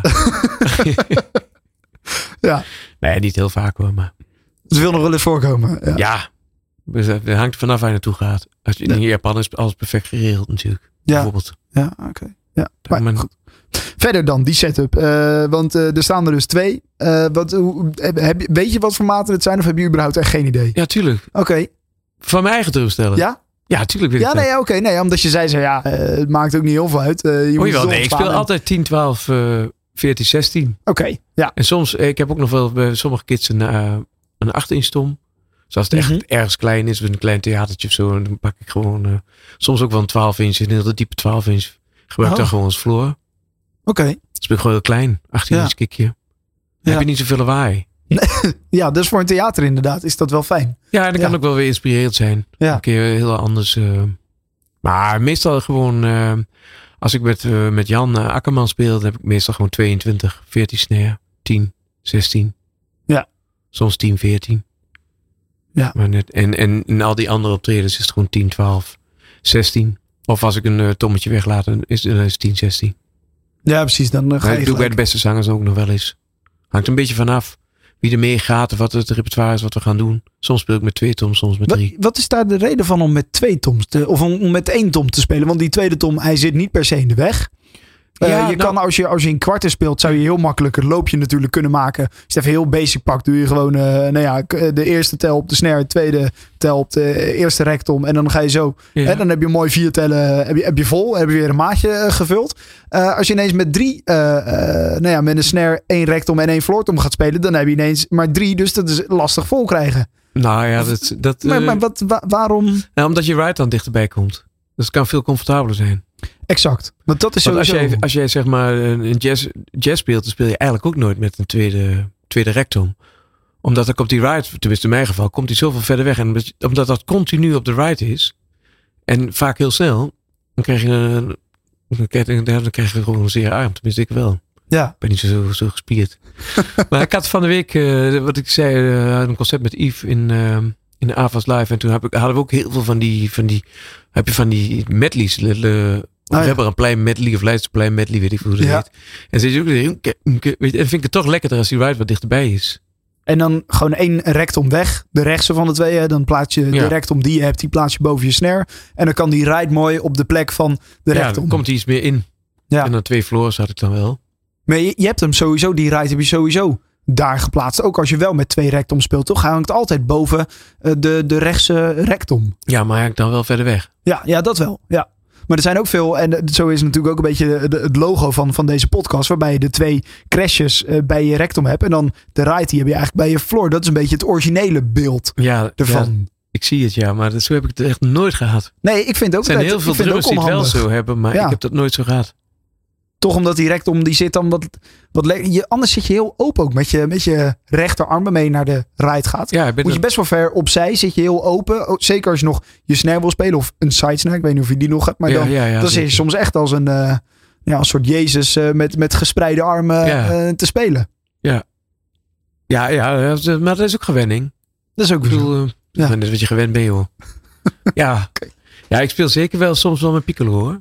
Ja. Nee, niet heel vaak hoor, maar... Het wil nog wel eens voorkomen. Ja. Het hangt vanaf waar je naartoe gaat. In Japan is alles perfect geregeld natuurlijk. Ja. Bijvoorbeeld. Ja, oké. Ja. Maar goed. Verder dan, die setup. Want er staan er dus 2. Weet je wat voor maten het zijn? Of heb je überhaupt echt geen idee? Ja, tuurlijk. Oké. Van mijn eigen drumstellen? Ja? Ja, tuurlijk weet ik dat. Nee, oké. Nee, omdat je zei, het maakt ook niet heel veel uit. Ik speel altijd 10, 12, 14, 16. Oké, ja. En soms, ik heb ook nog wel bij sommige kids een 8-inch tom. Dus als het echt ergens klein is, een klein theatertje of zo, dan pak ik gewoon soms ook wel een 12-inch, een heel diepe 12-inch. Gebruik dan gewoon als floor. Oké. Dan speel ik gewoon heel klein, 18-inch kickje. Dan heb je niet zoveel lawaai. Ja, dus voor een theater inderdaad is dat wel fijn. Ja, en dat kan ook wel weer inspirerend zijn. Ja. Een keer heel anders. Maar meestal gewoon, als ik met Jan Akkerman speel, dan heb ik meestal gewoon 22, 14 snare, 10, 16. Ja. Soms 10, 14. Ja. Maar net, en in al die andere optredens is het gewoon 10, 12, 16. Of als ik een tommetje weglaat, dan is het 10, 16. Ja, precies. Dan ga je dat doe ik bij de beste zangers ook nog wel eens. Hangt een beetje vanaf wie er mee gaat of wat het repertoire is wat we gaan doen. Soms speel ik met 2 toms, soms met 3. Wat is daar de reden van om met 2 toms of om met 1 tom te spelen? Want die tweede tom, hij zit niet per se in de weg. Kan als je in kwarten speelt, zou je heel makkelijk het loopje natuurlijk kunnen maken. Als je even heel basic pakt, doe je gewoon de eerste tel op de snare, de tweede tel op de eerste rektom en dan ga je zo. Ja. En dan heb je mooi 4 tellen, heb je vol, heb je weer een maatje gevuld. Als je ineens met 3, met een snare 1 rektom en 1 floortom gaat spelen, dan heb je ineens maar 3, dus dat is lastig vol krijgen. Nou ja, maar waarom? Nou, omdat je ride dan dichterbij komt. Dus het kan veel comfortabeler zijn. Exact. Want dat is sowieso... Als jij zeg maar een jazz speelt, dan speel je eigenlijk ook nooit met een tweede rectum. Omdat dan komt die ride, tenminste in mijn geval, komt die zoveel verder weg. En omdat dat continu op de ride is, en vaak heel snel, dan krijg je gewoon een zeer arm. Tenminste ik wel. Ja. Ik ben niet zo gespierd. Maar ik had van de week, wat ik zei, een concert met Yves in de Avas Live. En toen hadden we ook heel veel van die medleys We hebben een plein medley of Leidseplein medley, weet ik hoe dat heet. En ze is ook en vind ik het toch lekkerder als die ride wat dichterbij is. En dan gewoon 1 rectom weg. De rechtse van de 2. Dan plaats je de rectom die je hebt. Die plaats je boven je snare. En dan kan die ride mooi op de plek van de rectom. Ja, dan komt hij iets meer in. Ja. En dan 2 floors had ik dan wel. Maar je hebt hem sowieso. Die ride heb je sowieso daar geplaatst. Ook als je wel met 2 rectom speelt. Toch hangt het altijd boven de rechtse rectom. Ja, maar hij hangt dan wel verder weg. Ja, dat wel. Ja. Maar er zijn ook veel, en zo is natuurlijk ook een beetje het logo van deze podcast, waarbij je de 2 crashes bij je rectum hebt. En dan de ride die heb je eigenlijk bij je floor. Dat is een beetje het originele beeld ervan. Ja, ik zie het, maar zo heb ik het echt nooit gehad. Nee, ik vind ook er zijn heel veel drummers die het wel zo hebben, maar ik heb dat nooit zo gehad. Toch omdat die rectum, die zit dan anders zit je heel open ook. Met je rechterarm waarmee je naar de ride gaat. Ja, moet je best wel ver opzij. Zit je heel open. Zeker als je nog je snare wil spelen. Of een side snare. Ik weet niet of je die nog hebt. Maar dan zit je soms echt als een soort Jezus met gespreide armen te spelen. Ja, maar dat is ook gewenning. Dat is ook dat is wat je gewend bent, joh. Ja. Okay. Ja, ik speel zeker wel soms wel met piccolo, hoor.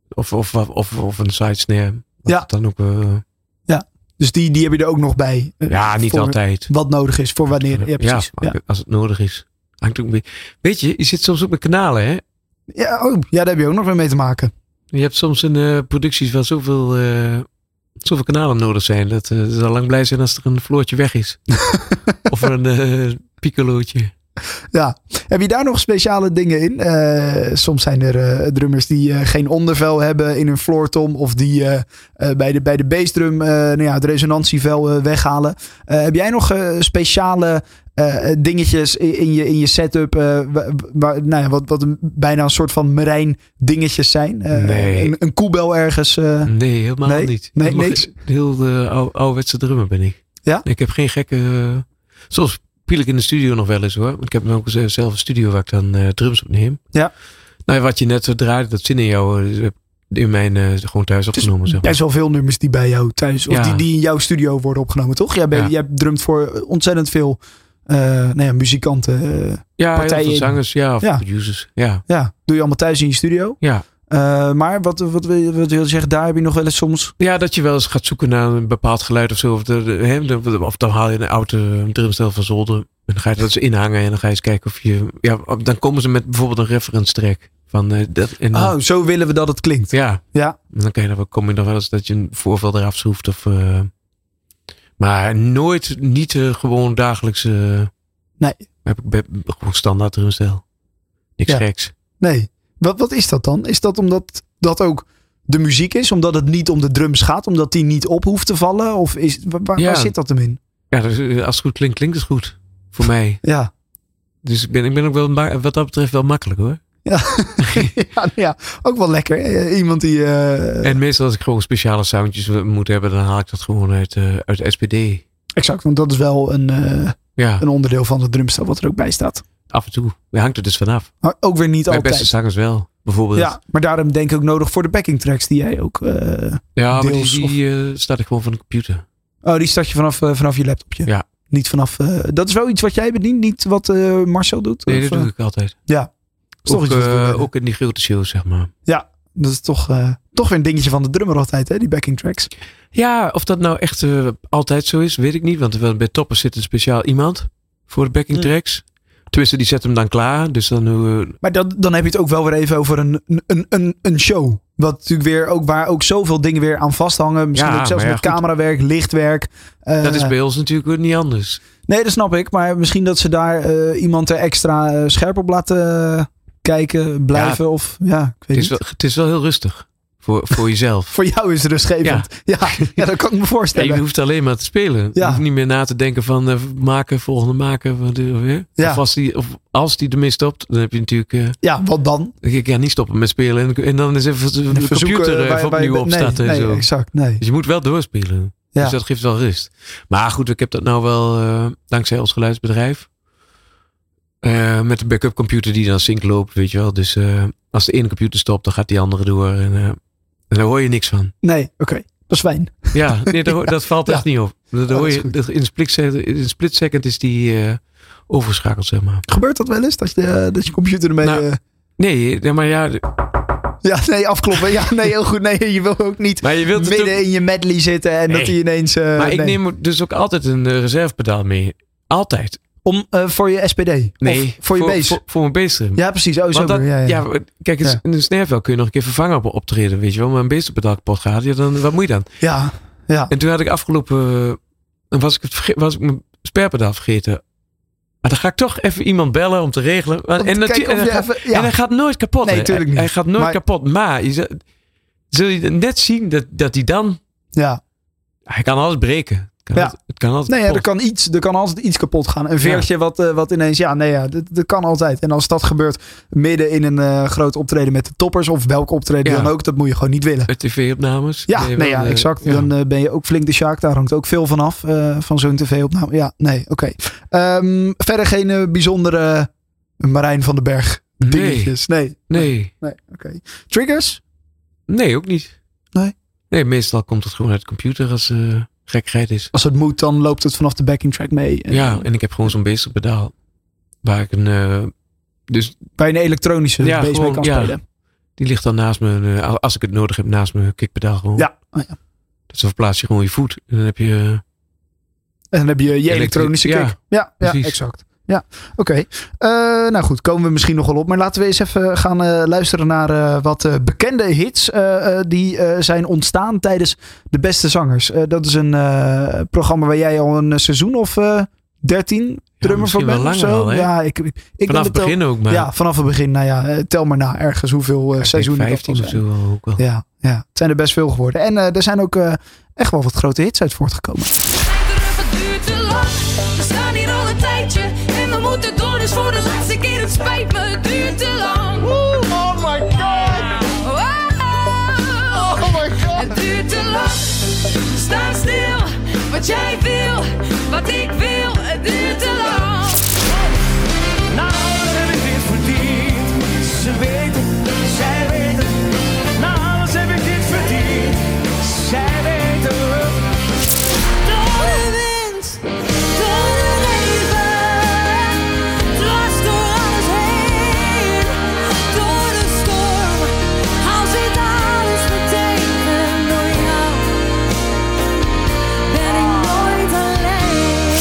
Of een side snare. Dan ook, dus die heb je er ook nog bij. Niet altijd. Wat nodig is voor wanneer. Ja, precies. Als het nodig is. Weet je zit soms ook met kanalen, hè? Ja, daar heb je ook nog weer mee te maken. Je hebt soms in producties wel zoveel kanalen nodig zijn. Dat ze al lang blij zijn als er een floortje weg is. Of een piccolootje. Ja, heb je daar nog speciale dingen in? Soms zijn er drummers die geen ondervel hebben in hun floortom. Of die bij de bassdrum het resonantievel weghalen. Heb jij nog speciale dingetjes in je setup? Wat bijna een soort van marijn dingetjes zijn? Nee. Een koebel ergens? Nee, helemaal niet. Nee, niks? Heel ouderwetse drummer ben ik. Ja? Ik heb geen gekke... Zoals speel ik in de studio nog wel eens, hoor. Want ik heb ook zelf een studio waar ik dan drums opneem. Ja. Nou, wat je net draaide, dat zin in jou in mijn gewoon thuis opgenomen. Zeg maar. Er zijn wel veel nummers die bij jou thuis, of die in jouw studio worden opgenomen, toch? Jij drumt voor ontzettend veel muzikanten, partijen. Heel veel zangers, of producers. Ja. Doe je allemaal thuis in je studio? Ja. Maar wat wil je zeggen, daar heb je nog wel eens soms... Ja, dat je wel eens gaat zoeken naar een bepaald geluid of zo. Of dan haal je een oude drumstel van zolder. En dan ga je dat eens inhangen. En dan ga je eens kijken of je... Ja, dan komen ze met bijvoorbeeld een reference track. Zo willen we dat het klinkt. Ja. En dan kom je nog wel eens dat je een voorvel eraf schroeft. Maar nooit, niet gewoon dagelijks... Nee. Heb ik gewoon standaard drumstel. Niks geks. Nee. Wat is dat dan? Is dat omdat dat ook de muziek is? Omdat het niet om de drums gaat? Omdat die niet op hoeft te vallen? Of waar zit dat hem in? Ja, dus als het goed klinkt, klinkt het goed. Voor mij. Ja. Dus ik ben ook wel wat dat betreft wel makkelijk, hoor. Ja, ook wel lekker. Iemand die... En meestal als ik gewoon speciale soundjes moet hebben, dan haal ik dat gewoon uit SPD. Exact, want dat is wel een onderdeel van het drumstel wat er ook bij staat. Af en toe. Je hangt er dus vanaf. Maar ook weer niet altijd. Bij beste zangers wel, bijvoorbeeld. Ja, maar daarom denk ik ook nodig voor de backing tracks die jij ook maar die start ik gewoon van de computer. Oh, die start je vanaf je laptopje? Ja. Niet vanaf... dat is wel iets wat jij bedient, niet wat Marcel doet? Nee, dat doe ik altijd. Ja. Ook in die grote shows, zeg maar. Ja, dat is toch weer een dingetje van de drummer altijd, hè? Die backing tracks. Ja, of dat nou echt altijd zo is, weet ik niet. Want bij Toppers zit een speciaal iemand voor de backing tracks. Tenminste, die zet hem dan klaar. Dus dan, maar dan heb je het ook wel weer even over een show. Wat natuurlijk weer ook waar ook zoveel dingen weer aan vasthangen. Misschien ook zelfs met camerawerk, lichtwerk. Dat is bij ons natuurlijk niet anders. Nee, dat snap ik. Maar misschien dat ze daar iemand er extra scherp op laten kijken, blijven. Of ik weet niet. Het is wel heel rustig. Voor jezelf. Voor jou is het rustgevend. Ja, dat kan ik me voorstellen. Ja, je hoeft alleen maar te spelen. Je hoeft niet meer na te denken van volgende maken. Of als die ermee stopt, dan heb je natuurlijk... wat dan? Niet stoppen met spelen. En dan is even de computer opnieuw opstarten. Nee, exact. Nee. Dus je moet wel doorspelen. Ja. Dus dat geeft wel rust. Maar goed, ik heb dat nou wel dankzij ons geluidsbedrijf. Met een backup computer die dan sync loopt, weet je wel. Dus als de ene computer stopt, dan gaat die andere door. En daar hoor je niks van. Nee, oké. Dat is fijn. Ja, nee, dat valt echt niet op. In een split second is die overgeschakeld, zeg maar. Gebeurt dat wel eens? Dat je computer ermee... Nee, maar ja... Ja, nee, afkloppen. Ja, nee, heel goed. Nee, je wil ook niet midden in je medley zitten en dat hij ineens... maar ik neem dus ook altijd een reservepedaal mee. Altijd. Voor je SPD? Nee, of voor je bass? Voor mijn bassdrum. Ja, precies. Kijk, een snare kun je nog een keer vervangen op optreden, weet je wel. Maar een basspedaal kapot gaat, dan wat moet je dan? Ja. En toen had ik afgelopen... was ik mijn sperpedaal vergeten. Maar dan ga ik toch even iemand bellen om te regelen. En hij gaat nooit kapot. Nee, natuurlijk niet. Hij gaat nooit kapot. Maar zul je net zien dat hij dan... Ja. Hij kan alles breken. Het kan altijd er kan altijd iets kapot gaan. Een veertje wat ineens... dat kan altijd. En als dat gebeurt midden in een groot optreden met de toppers... of welk optreden dan ook, dat moet je gewoon niet willen. Met tv-opnames. Ja, exact. Ja. Dan ben je ook flink de Sjaak. Daar hangt ook veel van af. Van zo'n tv-opname. Ja, nee, oké. Verder geen bijzondere Marijn van den Berg dingetjes. Nee, oké. Triggers? Nee, ook niet. Nee, meestal komt het gewoon uit de computer als... gekkigheid is. Als het moet, dan loopt het vanaf de backing track mee. En ik heb gewoon zo'n basspedaal waar ik waar je een elektronische bass mee kan spelen. Die ligt dan naast me, als ik het nodig heb, naast mijn kickpedaal gewoon. Ja. Dus dan verplaats je gewoon je voet en dan heb je... En dan heb je elektronische kick. Ja, exact. Ja, oké. Nou goed, komen we misschien nog wel op. Maar laten we eens even gaan luisteren naar wat bekende hits die zijn ontstaan tijdens De Beste Zangers. Dat is een programma waar jij al een seizoen of 13 drummer voor bent of zo. Al, ja, ik vanaf het begin ook. Maar... Ja, vanaf het begin. Nou ja, tel maar na ergens hoeveel seizoenen 15 dat of zo ook wel. Ja, het zijn er best veel geworden. En er zijn ook echt wel wat grote hits uit voortgekomen. We staan hier al een tijdje en we moeten door, dus voor de laatste keer, het spijt me, het duurt te lang. Oh my god! Oh my god! Het duurt te lang, sta stil, wat jij wil, wat ik wil, het duurt te lang. Nou, alles heb ik dit verdiend, ze weten, zij weten. Nou, alles heb ik dit verdiend, zij weten. Door de wind, door de regen, dwars door alles heen. Door de storm, al zit alles me tegen. Door jou ben ik nooit alleen.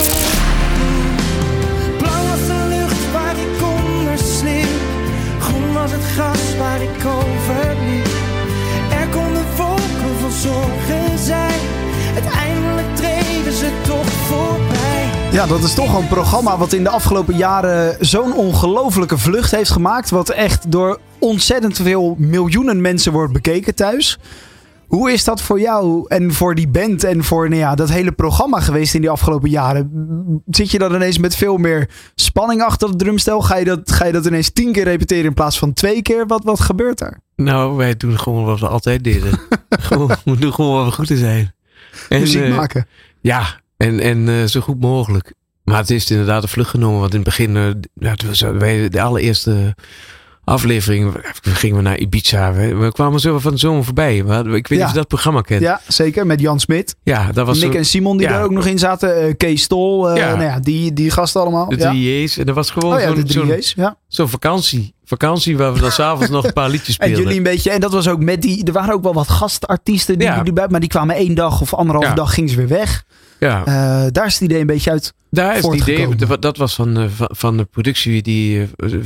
Blauw was de lucht waar ik onder sliep, groen was het gras waar ik overliep. Er konden wolken van zorgen zijn, uiteindelijk treden ze toch voorbij. Ja, dat is toch een programma wat in de afgelopen jaren zo'n ongelofelijke vlucht heeft gemaakt. Wat echt door ontzettend veel miljoenen mensen wordt bekeken thuis. Hoe is dat voor jou en voor die band en voor dat hele programma geweest in die afgelopen jaren? Zit je dan ineens met veel meer spanning achter het drumstel? Ga je dat ineens 10 keer repeteren in plaats van 2 keer? Wat gebeurt daar? Nou, wij doen gewoon wat we altijd deden. We doen gewoon wat we goed in zijn. Muziek maken. Ja, en zo goed mogelijk. Maar het is inderdaad een vlucht genomen. Want in het begin, de allereerste aflevering gingen we naar Ibiza. We kwamen zo van de zomer voorbij. Ik weet niet of je dat programma kent. Ja, zeker. Met Jan Smit. Ja, dat was Nick en Simon die daar ook nog in zaten. Kees Stol. Die gasten allemaal. De 3J's. En dat was gewoon zo'n vakantie waar we dan s'avonds nog een paar liedjes speelden. En jullie een beetje. En dat was ook met die... Er waren ook wel wat gastartiesten. Maar die kwamen 1 dag of 1,5 dag gingen ze weer weg. Ja. Daar is het idee een beetje uit. Daar is het idee. Dat was van de productie die...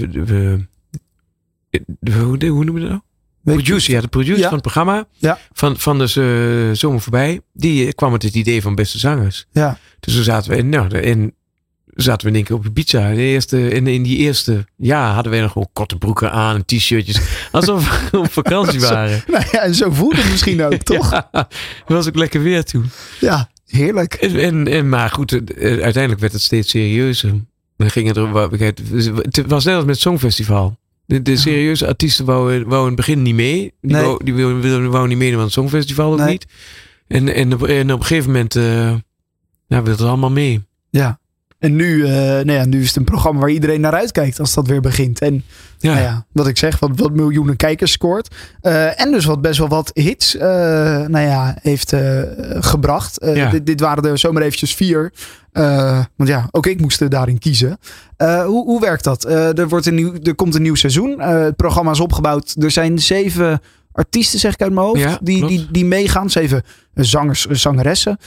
hoe noemen we dat nou? De producer van het programma. Ja. Van de zomer voorbij. Die kwam met het idee van Beste Zangers. Ja. Dus toen zaten we in één keer op Ibiza. In die eerste hadden we nog gewoon korte broeken aan en t-shirtjes. Alsof we op vakantie waren. En zo voelde het misschien ook, toch? Ja, dat was ook lekker weer toen. Ja, heerlijk. Maar goed, uiteindelijk werd het steeds serieuzer. Het was net als met het Songfestival. De serieuze artiesten wouden in het begin niet mee. Die wouden niet meedoen aan het Songfestival ook niet. En op een gegeven moment wilden het allemaal mee. Ja. En nu is het een programma waar iedereen naar uitkijkt als dat weer begint. En wat ik zeg, wat miljoenen kijkers scoort. En dus wat best wel wat hits heeft gebracht. Dit waren er zomaar eventjes 4. Want ook ik moest daarin kiezen. Hoe werkt dat? Er komt een nieuw seizoen. Het programma is opgebouwd. Er zijn 7 artiesten, zeg ik uit mijn hoofd, die meegaan. 7 zangers, zangeressen.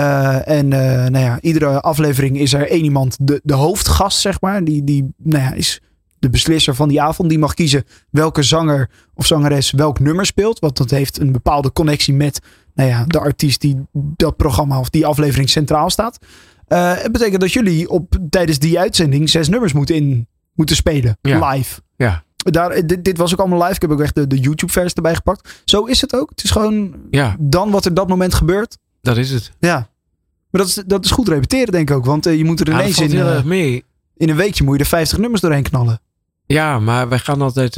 Iedere aflevering is er 1 iemand de hoofdgast, zeg maar. Die is de beslisser van die avond. Die mag kiezen welke zanger of zangeres welk nummer speelt. Want dat heeft een bepaalde connectie met de artiest die dat programma of die aflevering centraal staat. Het betekent dat jullie tijdens die uitzending 6 nummers moeten spelen. Live. Ja. Dit was ook allemaal live. Ik heb ook echt de YouTube-vers erbij gepakt. Zo is het ook. Het is gewoon dan wat er dat moment gebeurt. Dat is het. Ja. Maar dat is goed repeteren, denk ik ook. Want je moet er ineens in een weekje moet je er 50 nummers doorheen knallen. Ja, maar wij gaan altijd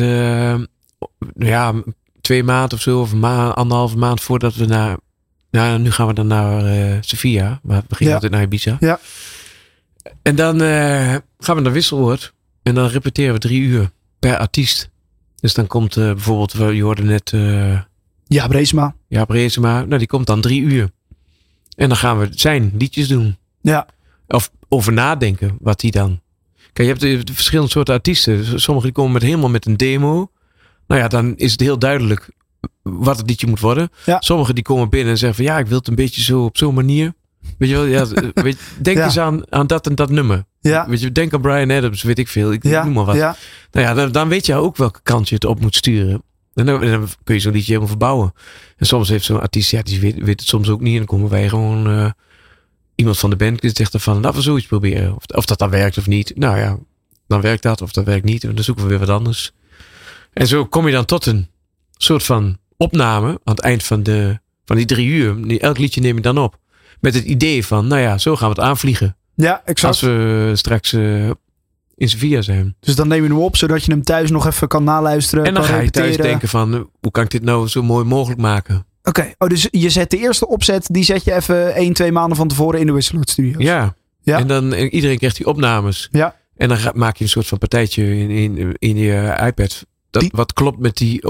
2 maanden of zo. Of 1,5 maand voordat we naar... nu gaan we dan naar Sevilla. Maar we beginnen altijd naar Ibiza. Ja. En dan gaan we naar Wisseloord. En dan repeteren we 3 uur per artiest. Dus dan komt bijvoorbeeld, je hoorde net... Jaap Reesema. Jaap Reesema. Nou, die komt dan 3 uur. En dan gaan we zijn liedjes doen. Ja. Of over nadenken wat die dan... Kijk, je hebt de verschillende soorten artiesten. Sommigen komen helemaal met een demo. Nou ja, dan is het heel duidelijk wat het liedje moet worden. Ja. Sommigen die komen binnen en zeggen van ik wil het een beetje zo op zo'n manier. Weet je wel, denk eens aan dat en dat nummer. Ja. Weet je, denk aan Bryan Adams, weet ik veel. Ik noem maar wat. Ja. Nou ja, dan weet je ook welke kant je het op moet sturen. En dan kun je zo'n liedje helemaal verbouwen. En soms heeft zo'n artiest, die weet het soms ook niet. En dan komen wij gewoon iemand van de band die zegt van, laten we zoiets proberen. Of dat dan werkt of niet. Nou ja, dan werkt dat of dat werkt niet. En dan zoeken we weer wat anders. En zo kom je dan tot een soort van opname aan het eind van die 3 uur. Elk liedje neem je dan op. Met het idee van, zo gaan we het aanvliegen. Ja, exact. Als we straks in Sevilla zijn. Dus dan neem je hem op, zodat je hem thuis nog even kan naluisteren. En dan ga je thuis denken van, hoe kan ik dit nou zo mooi mogelijk maken? Oké. Dus je zet de eerste opzet, die zet je even 1-2 maanden van tevoren in de Wisseloord Studios. Ja. En dan iedereen krijgt die opnames. Ja. En dan maak je een soort van partijtje in je iPad. Wat klopt met die...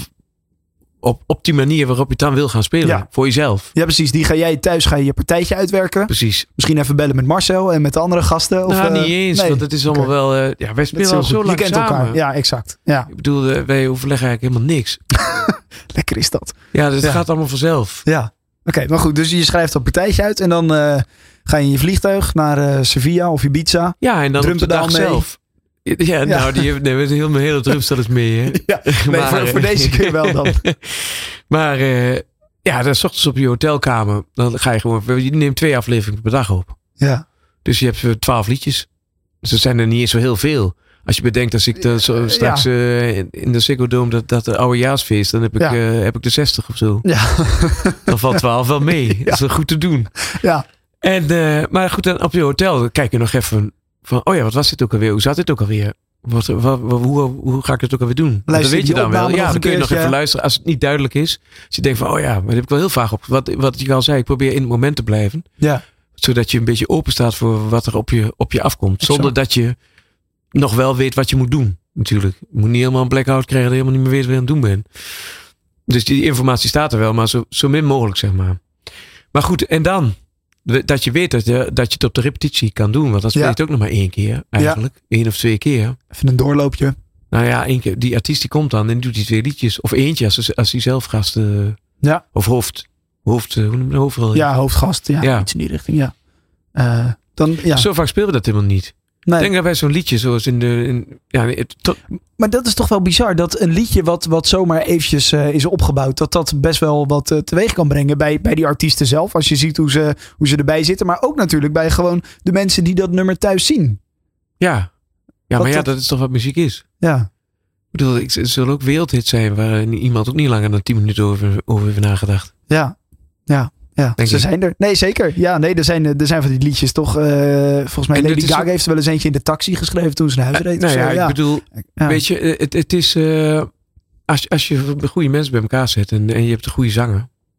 Op die manier waarop je het dan wil gaan spelen. Voor jezelf. Ja, precies. Die ga je partijtje uitwerken. Precies. Misschien even bellen met Marcel en met de andere gasten. Of, niet eens. Nee. Want het is allemaal wel... wij spelen al zo lang samen. Elkaar. Ja, exact. Ja. Ik bedoel, wij overleggen eigenlijk helemaal niks. Lekker is dat. Ja, dus het gaat allemaal vanzelf. Ja. Oké, maar goed. Dus je schrijft dat partijtje uit. En dan ga je in je vliegtuig naar Sevilla of Ibiza. Ja, en dan op de dag zelf. Ja, nou, die heeft mijn hele drumstel is mee. Hè? Ja, maar, voor deze keer wel dan. Maar dan 's ochtends op je hotelkamer. Dan ga je gewoon... Je neemt 2 afleveringen per dag op. Ja. Dus je hebt 12 liedjes. Dus dat zijn er niet eens zo heel veel. Als je bedenkt, als ik straks in de Ziggo Dome dat de oudejaarsfeest, dan heb ik de 60 of zo. Ja. Dan valt 12 wel mee. Ja. Dat is wel goed te doen. Ja. Maar goed, dan op je hotel kijk je nog even... Van, wat was dit ook alweer? Hoe zat dit ook alweer? Hoe ga ik het ook alweer doen? Dat weet je dan wel. Ja, dan kun je nog even luisteren als het niet duidelijk is. Als je denkt van, maar dat heb ik wel heel vaak op. Wat je al zei, ik probeer in het moment te blijven. Ja. Zodat je een beetje open staat voor wat er op je afkomt. Zonder dat je nog wel weet wat je moet doen. Natuurlijk. Je moet niet helemaal een blackout krijgen dat je helemaal niet meer weet wat je aan het doen bent. Dus die informatie staat er wel, maar zo min mogelijk, zeg maar. Maar goed, en dan... Dat je weet dat je het op de repetitie kan doen. Want dan speel je het ook nog maar 1 keer eigenlijk. 1 of 2 keer. Even een doorloopje. Nou ja, 1 keer. Die artiest die komt dan en doet die 2 liedjes. Of eentje als hij zelf gast. Of hoe noem je hoofdrol? Ja, hoofdgast. Ja, iets in die richting. Ja. Zo vaak spelen we dat helemaal niet. Nee. Ik denk dat wij zo'n liedje zoals Maar dat is toch wel bizar. Dat een liedje wat zomaar eventjes is opgebouwd. Dat best wel wat teweeg kan brengen bij die artiesten zelf. Als je ziet hoe ze erbij zitten. Maar ook natuurlijk bij gewoon de mensen die dat nummer thuis zien. Ja. Maar dat is toch wat muziek is. Ja. Ik bedoel, het zullen ook wereldhits zijn. Waar iemand ook niet langer dan 10 minuten over heeft nagedacht. Ja. Ze zijn er. Nee, zeker. Ja, nee, er zijn van die liedjes toch. Volgens mij Lady Gaga heeft er wel eens eentje in de taxi geschreven toen ze naar huis reed. Ik bedoel, weet je, het is als je goede mensen bij elkaar zet en je hebt een goede zanger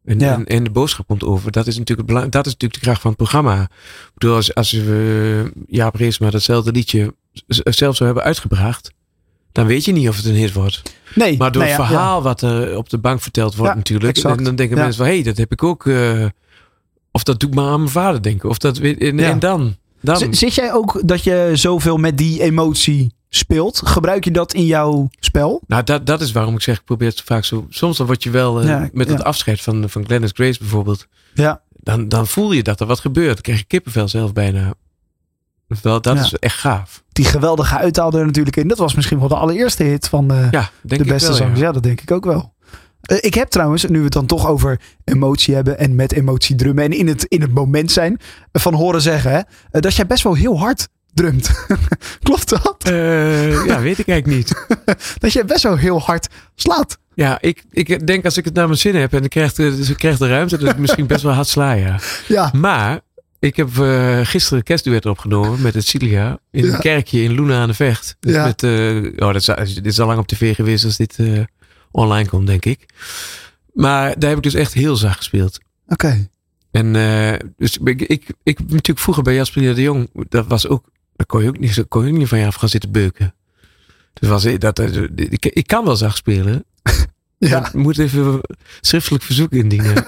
En de boodschap komt over. Dat is natuurlijk de kracht van het programma. Ik bedoel, als we Jaap Reesma datzelfde liedje zelf zou hebben uitgebracht, dan weet je niet of het een hit wordt. Nee. Maar door het verhaal wat er op de bank verteld wordt natuurlijk. Exact. En dan denken mensen van, dat heb ik ook. Of dat doe ik maar aan mijn vader denken. Of dat en dan. Zit jij ook dat je zoveel met die emotie speelt? Gebruik je dat in jouw spel? Nou, dat is waarom ik zeg, ik probeer het vaak zo. Soms dan word je wel met het afscheid van Glennis Grace bijvoorbeeld. Ja. Dan voel je dat er wat gebeurt. Dan krijg je kippenvel zelf bijna. Dat is echt gaaf. Die geweldige uithaal er natuurlijk in. Dat was misschien wel de allereerste hit van de beste zangers. Ja, dat denk ik ook wel. Ik heb trouwens, nu we het dan toch over emotie hebben en met emotie drummen en in het moment zijn, van horen zeggen dat jij best wel heel hard drumt. Klopt dat? Weet ik eigenlijk niet. Dat jij best wel heel hard slaat. Ja, ik denk als ik het naar mijn zin heb en ik krijg de ruimte, dat ik misschien best wel hard sla, ja. Maar ik heb gisteren een kerstduet opgenomen met het Cilia in een kerkje in Loenen aan de Vecht. Dus dit is al lang op tv geweest als dit online komt, denk ik. Maar daar heb ik dus echt heel zacht gespeeld. Oké. En dus ik natuurlijk vroeger bij Jasper de Jong, dat was ook, daar kon je ook niet van je af gaan zitten beuken. Dus ik kan wel zacht spelen. Ja. Moet even schriftelijk verzoek indienen.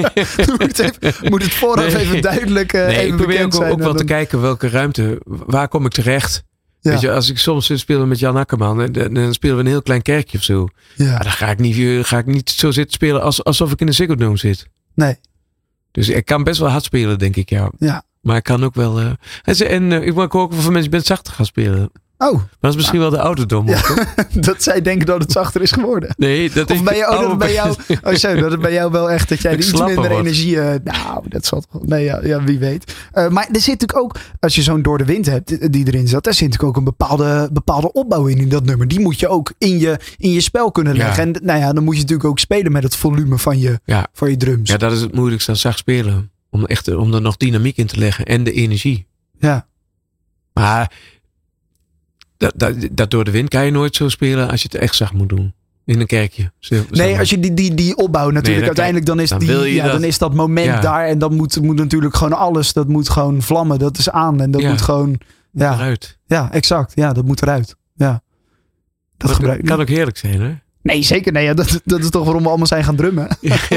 moet het vooraf even duidelijk ik probeer ook wel te kijken welke ruimte, waar kom ik terecht. Ja. Weet je, als ik soms speel met Jan Akkerman, dan spelen we een heel klein kerkje of zo. Ja. Dan ga ik niet zo zitten spelen alsof ik in een Ziggo Dome zit. Nee. Dus ik kan best wel hard spelen, denk ik, ja. Maar ik kan ook wel. Ik mag ook van mensen bent zachter gaan spelen. Oh. Maar dat is misschien wel de ouderdom. Ja, dat zij denken dat het zachter is geworden. Nee, dat of bij jou. Dat het bij jou wel echt dat jij iets minder energie. Dat zal toch. Nee, wie weet. Maar er zit natuurlijk ook, als je zo'n door de wind hebt die erin zat, daar zit natuurlijk ook een bepaalde opbouw in dat nummer. Die moet je ook in je spel kunnen leggen. En dan moet je natuurlijk ook spelen met het volume van je drums. Ja, dat is het moeilijkste aan zacht spelen. Om er nog dynamiek in te leggen en de energie. Ja. Maar dat door de wind kan je nooit zo spelen als je het echt zacht moet doen. In een kerkje. Als je die opbouw natuurlijk uiteindelijk dan is dat moment daar en dan moet natuurlijk gewoon alles, dat moet gewoon vlammen, dat is aan en dat moet gewoon eruit. Ja, exact. Ja, dat moet eruit. Ja. Dat kan ook heerlijk zijn, hè? Nee, zeker. Nee, dat is toch waarom we allemaal zijn gaan drummen.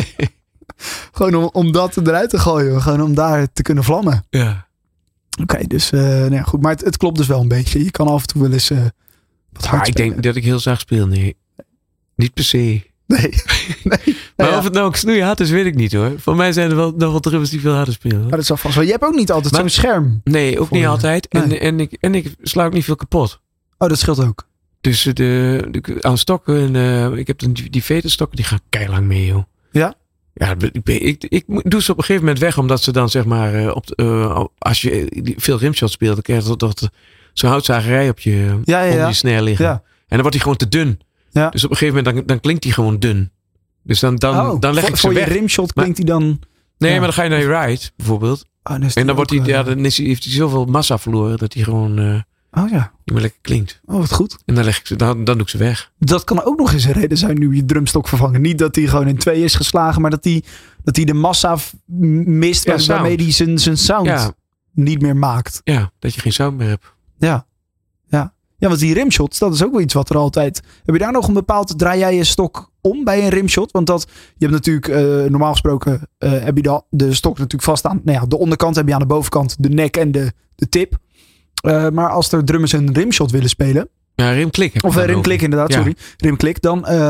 Gewoon om dat eruit te gooien, gewoon om daar te kunnen vlammen. Ja. Oké, dus goed. Maar het klopt dus wel een beetje. Je kan af en toe wel eens wat hard spelen. Ik denk dat ik heel zacht speel. Nee, niet per se. Nee. Maar of het nou ook snoeihard is, weet ik niet hoor. Voor mij zijn er wel nog wat drummers die veel harder spelen. Maar dat zal vast wel. Je hebt ook niet altijd zo'n scherm. Nee, ook niet altijd. Nee. En ik sla ook niet veel kapot. Oh, dat scheelt ook. Dus aan stokken, ik heb die veterstokken, die gaan keilang mee, joh. Ja? Ja, ik doe ze op een gegeven moment weg, omdat ze dan zeg maar, als je veel rimshots speelt, dan krijg je toch zo'n houtzagerij op je snare liggen. Ja. En dan wordt die gewoon te dun. Ja. Dus op een gegeven moment dan klinkt die gewoon dun. Dus dan leg ik ze weg. Voor je rimshot klinkt die dan... Nee, maar dan ga je naar je ride, bijvoorbeeld. En dan wordt heeft hij zoveel massa verloren, dat hij gewoon... die maar lekker klinkt. Oh, wat goed. En dan doe ik ze weg. Dat kan ook nog eens een reden zijn nu je drumstok vervangen. Niet dat hij gewoon in 2 is geslagen, maar dat hij de massa mist waarmee hij zijn sound niet meer maakt. Ja, dat je geen sound meer hebt. Ja, want die rimshots, dat is ook wel iets wat er altijd... Heb je daar nog een bepaald... Draai jij je stok om bij een rimshot? Want je hebt natuurlijk, normaal gesproken, heb je de stok natuurlijk vast aan... Nou ja, de onderkant heb je aan de bovenkant de nek en de tip. Maar als er drummers een rimshot willen spelen... Ja, rimklik. Of rimklik inderdaad, sorry. Rimklik.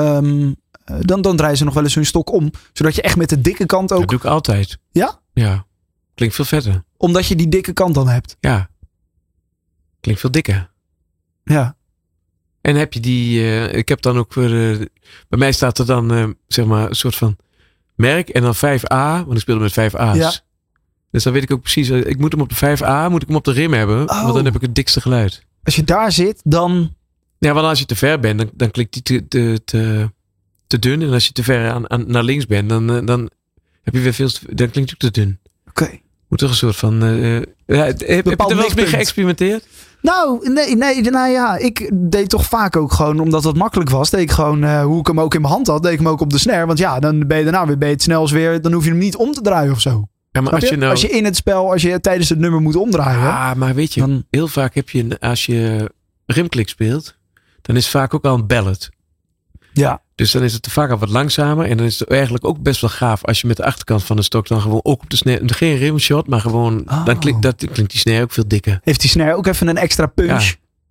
Dan draaien ze nog wel eens hun stok om. Zodat je echt met de dikke kant ook... Dat doe ik altijd. Ja? Ja. Klinkt veel vetter. Omdat je die dikke kant dan hebt. Ja. Klinkt veel dikker. Ja. En heb je die... ik heb dan ook... bij mij staat er dan zeg maar een soort van merk. En dan 5A. Want ik speel met 5 A's. Ja. Dus dan weet ik ook precies. Ik moet hem op de 5A. Moet ik hem op de rim hebben. Oh. Want dan heb ik het dikste geluid. Als je daar zit, dan... Ja, want als je te ver bent, dan klinkt die te dun. En als je te ver naar links bent, dan heb je weer dan klinkt het ook te dun. Oké. Moet toch een soort van... heb je er wel eens mee geëxperimenteerd? Ik deed toch vaak ook gewoon, omdat het makkelijk was, deed ik gewoon hoe ik hem ook in mijn hand had, deed ik hem ook op de snare. Want ja, dan ben je daarna weer het snels weer, dan hoef je hem niet om te draaien of zo. Ja, maar als je in het spel, als je tijdens het nummer moet omdraaien. Ja, maar weet je, dan, heel vaak heb je, als je rimklik speelt, dan is het vaak ook al een ballad. Ja. Dus dan is het vaak al wat langzamer. En dan is het eigenlijk ook best wel gaaf als je met de achterkant van de stok dan gewoon ook op de snare, geen rimshot, maar gewoon, dan klinkt die snare ook veel dikker. Heeft die snare ook even een extra punch?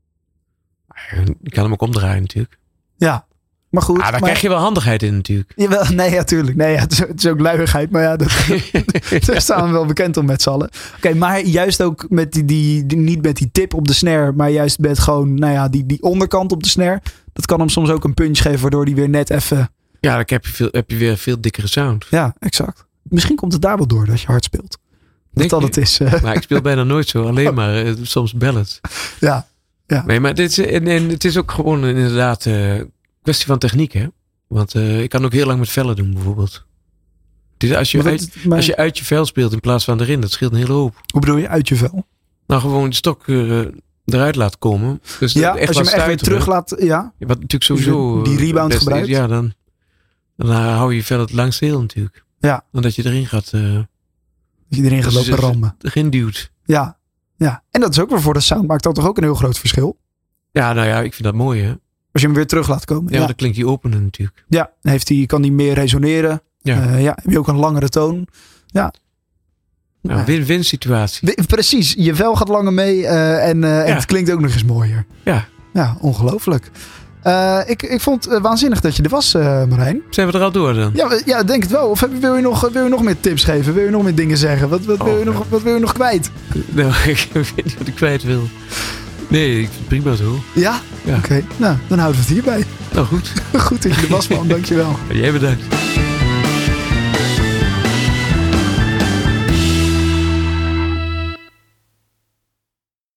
Ja. Je kan hem ook omdraaien natuurlijk. Ja. Maar goed. Daar krijg je wel handigheid in natuurlijk. Jawel, nee, natuurlijk. Nee, het is ook luiigheid. Maar ja, daar staan we wel bekend om met z'n allen. Oké, maar juist ook met die niet met die tip op de snare, maar juist met gewoon, die onderkant op de snare. Dat kan hem soms ook een punch geven, waardoor die weer net even... Ja, dan heb je weer een veel dikkere sound. Ja, exact. Misschien komt het daar wel door dat je hard speelt. Dat het is. Maar ik speel bijna nooit zo. Alleen maar soms ballads. Ja. Nee, maar het is ook gewoon inderdaad... kwestie van techniek, hè? Want ik kan ook heel lang met vellen doen, bijvoorbeeld. Dus als je uit je vel speelt in plaats van erin, dat scheelt een hele hoop. Hoe bedoel je, uit je vel? Nou, gewoon de stok eruit laten komen. Dus ja, echt als je hem echt weer terug laat... Ja. Wat natuurlijk sowieso... Die rebound gebruikt. Ja, dan hou je vel het langst heel natuurlijk. Ja. Dan dat je erin gaat... dat je erin gaat lopen rammen. Erin duwt. Ja. En dat is ook weer voor de sound. Maakt dat toch ook een heel groot verschil? Ja, nou ja, ik vind dat mooi, hè? Als je hem weer terug laat komen. Ja, dan klinkt die opener natuurlijk. Ja, kan die meer resoneren. Ja. Heb je ook een langere toon. Ja. Nou, win-win situatie. Precies, je vel gaat langer mee en het klinkt ook nog eens mooier. Ja, ongelooflijk. Ik vond het waanzinnig dat je er was, Marijn. Zijn we er al door dan? Ja, denk het wel. Of wil je nog meer tips geven? Wil je nog meer dingen zeggen? Wat wil je nog kwijt? Nou, ik weet niet wat ik kwijt wil. Nee, ik vind het prima zo. Ja? Oké. Nou, dan houden we het hierbij. Nou, goed. Goed dat je er was, man. Dankjewel. Jij bedankt.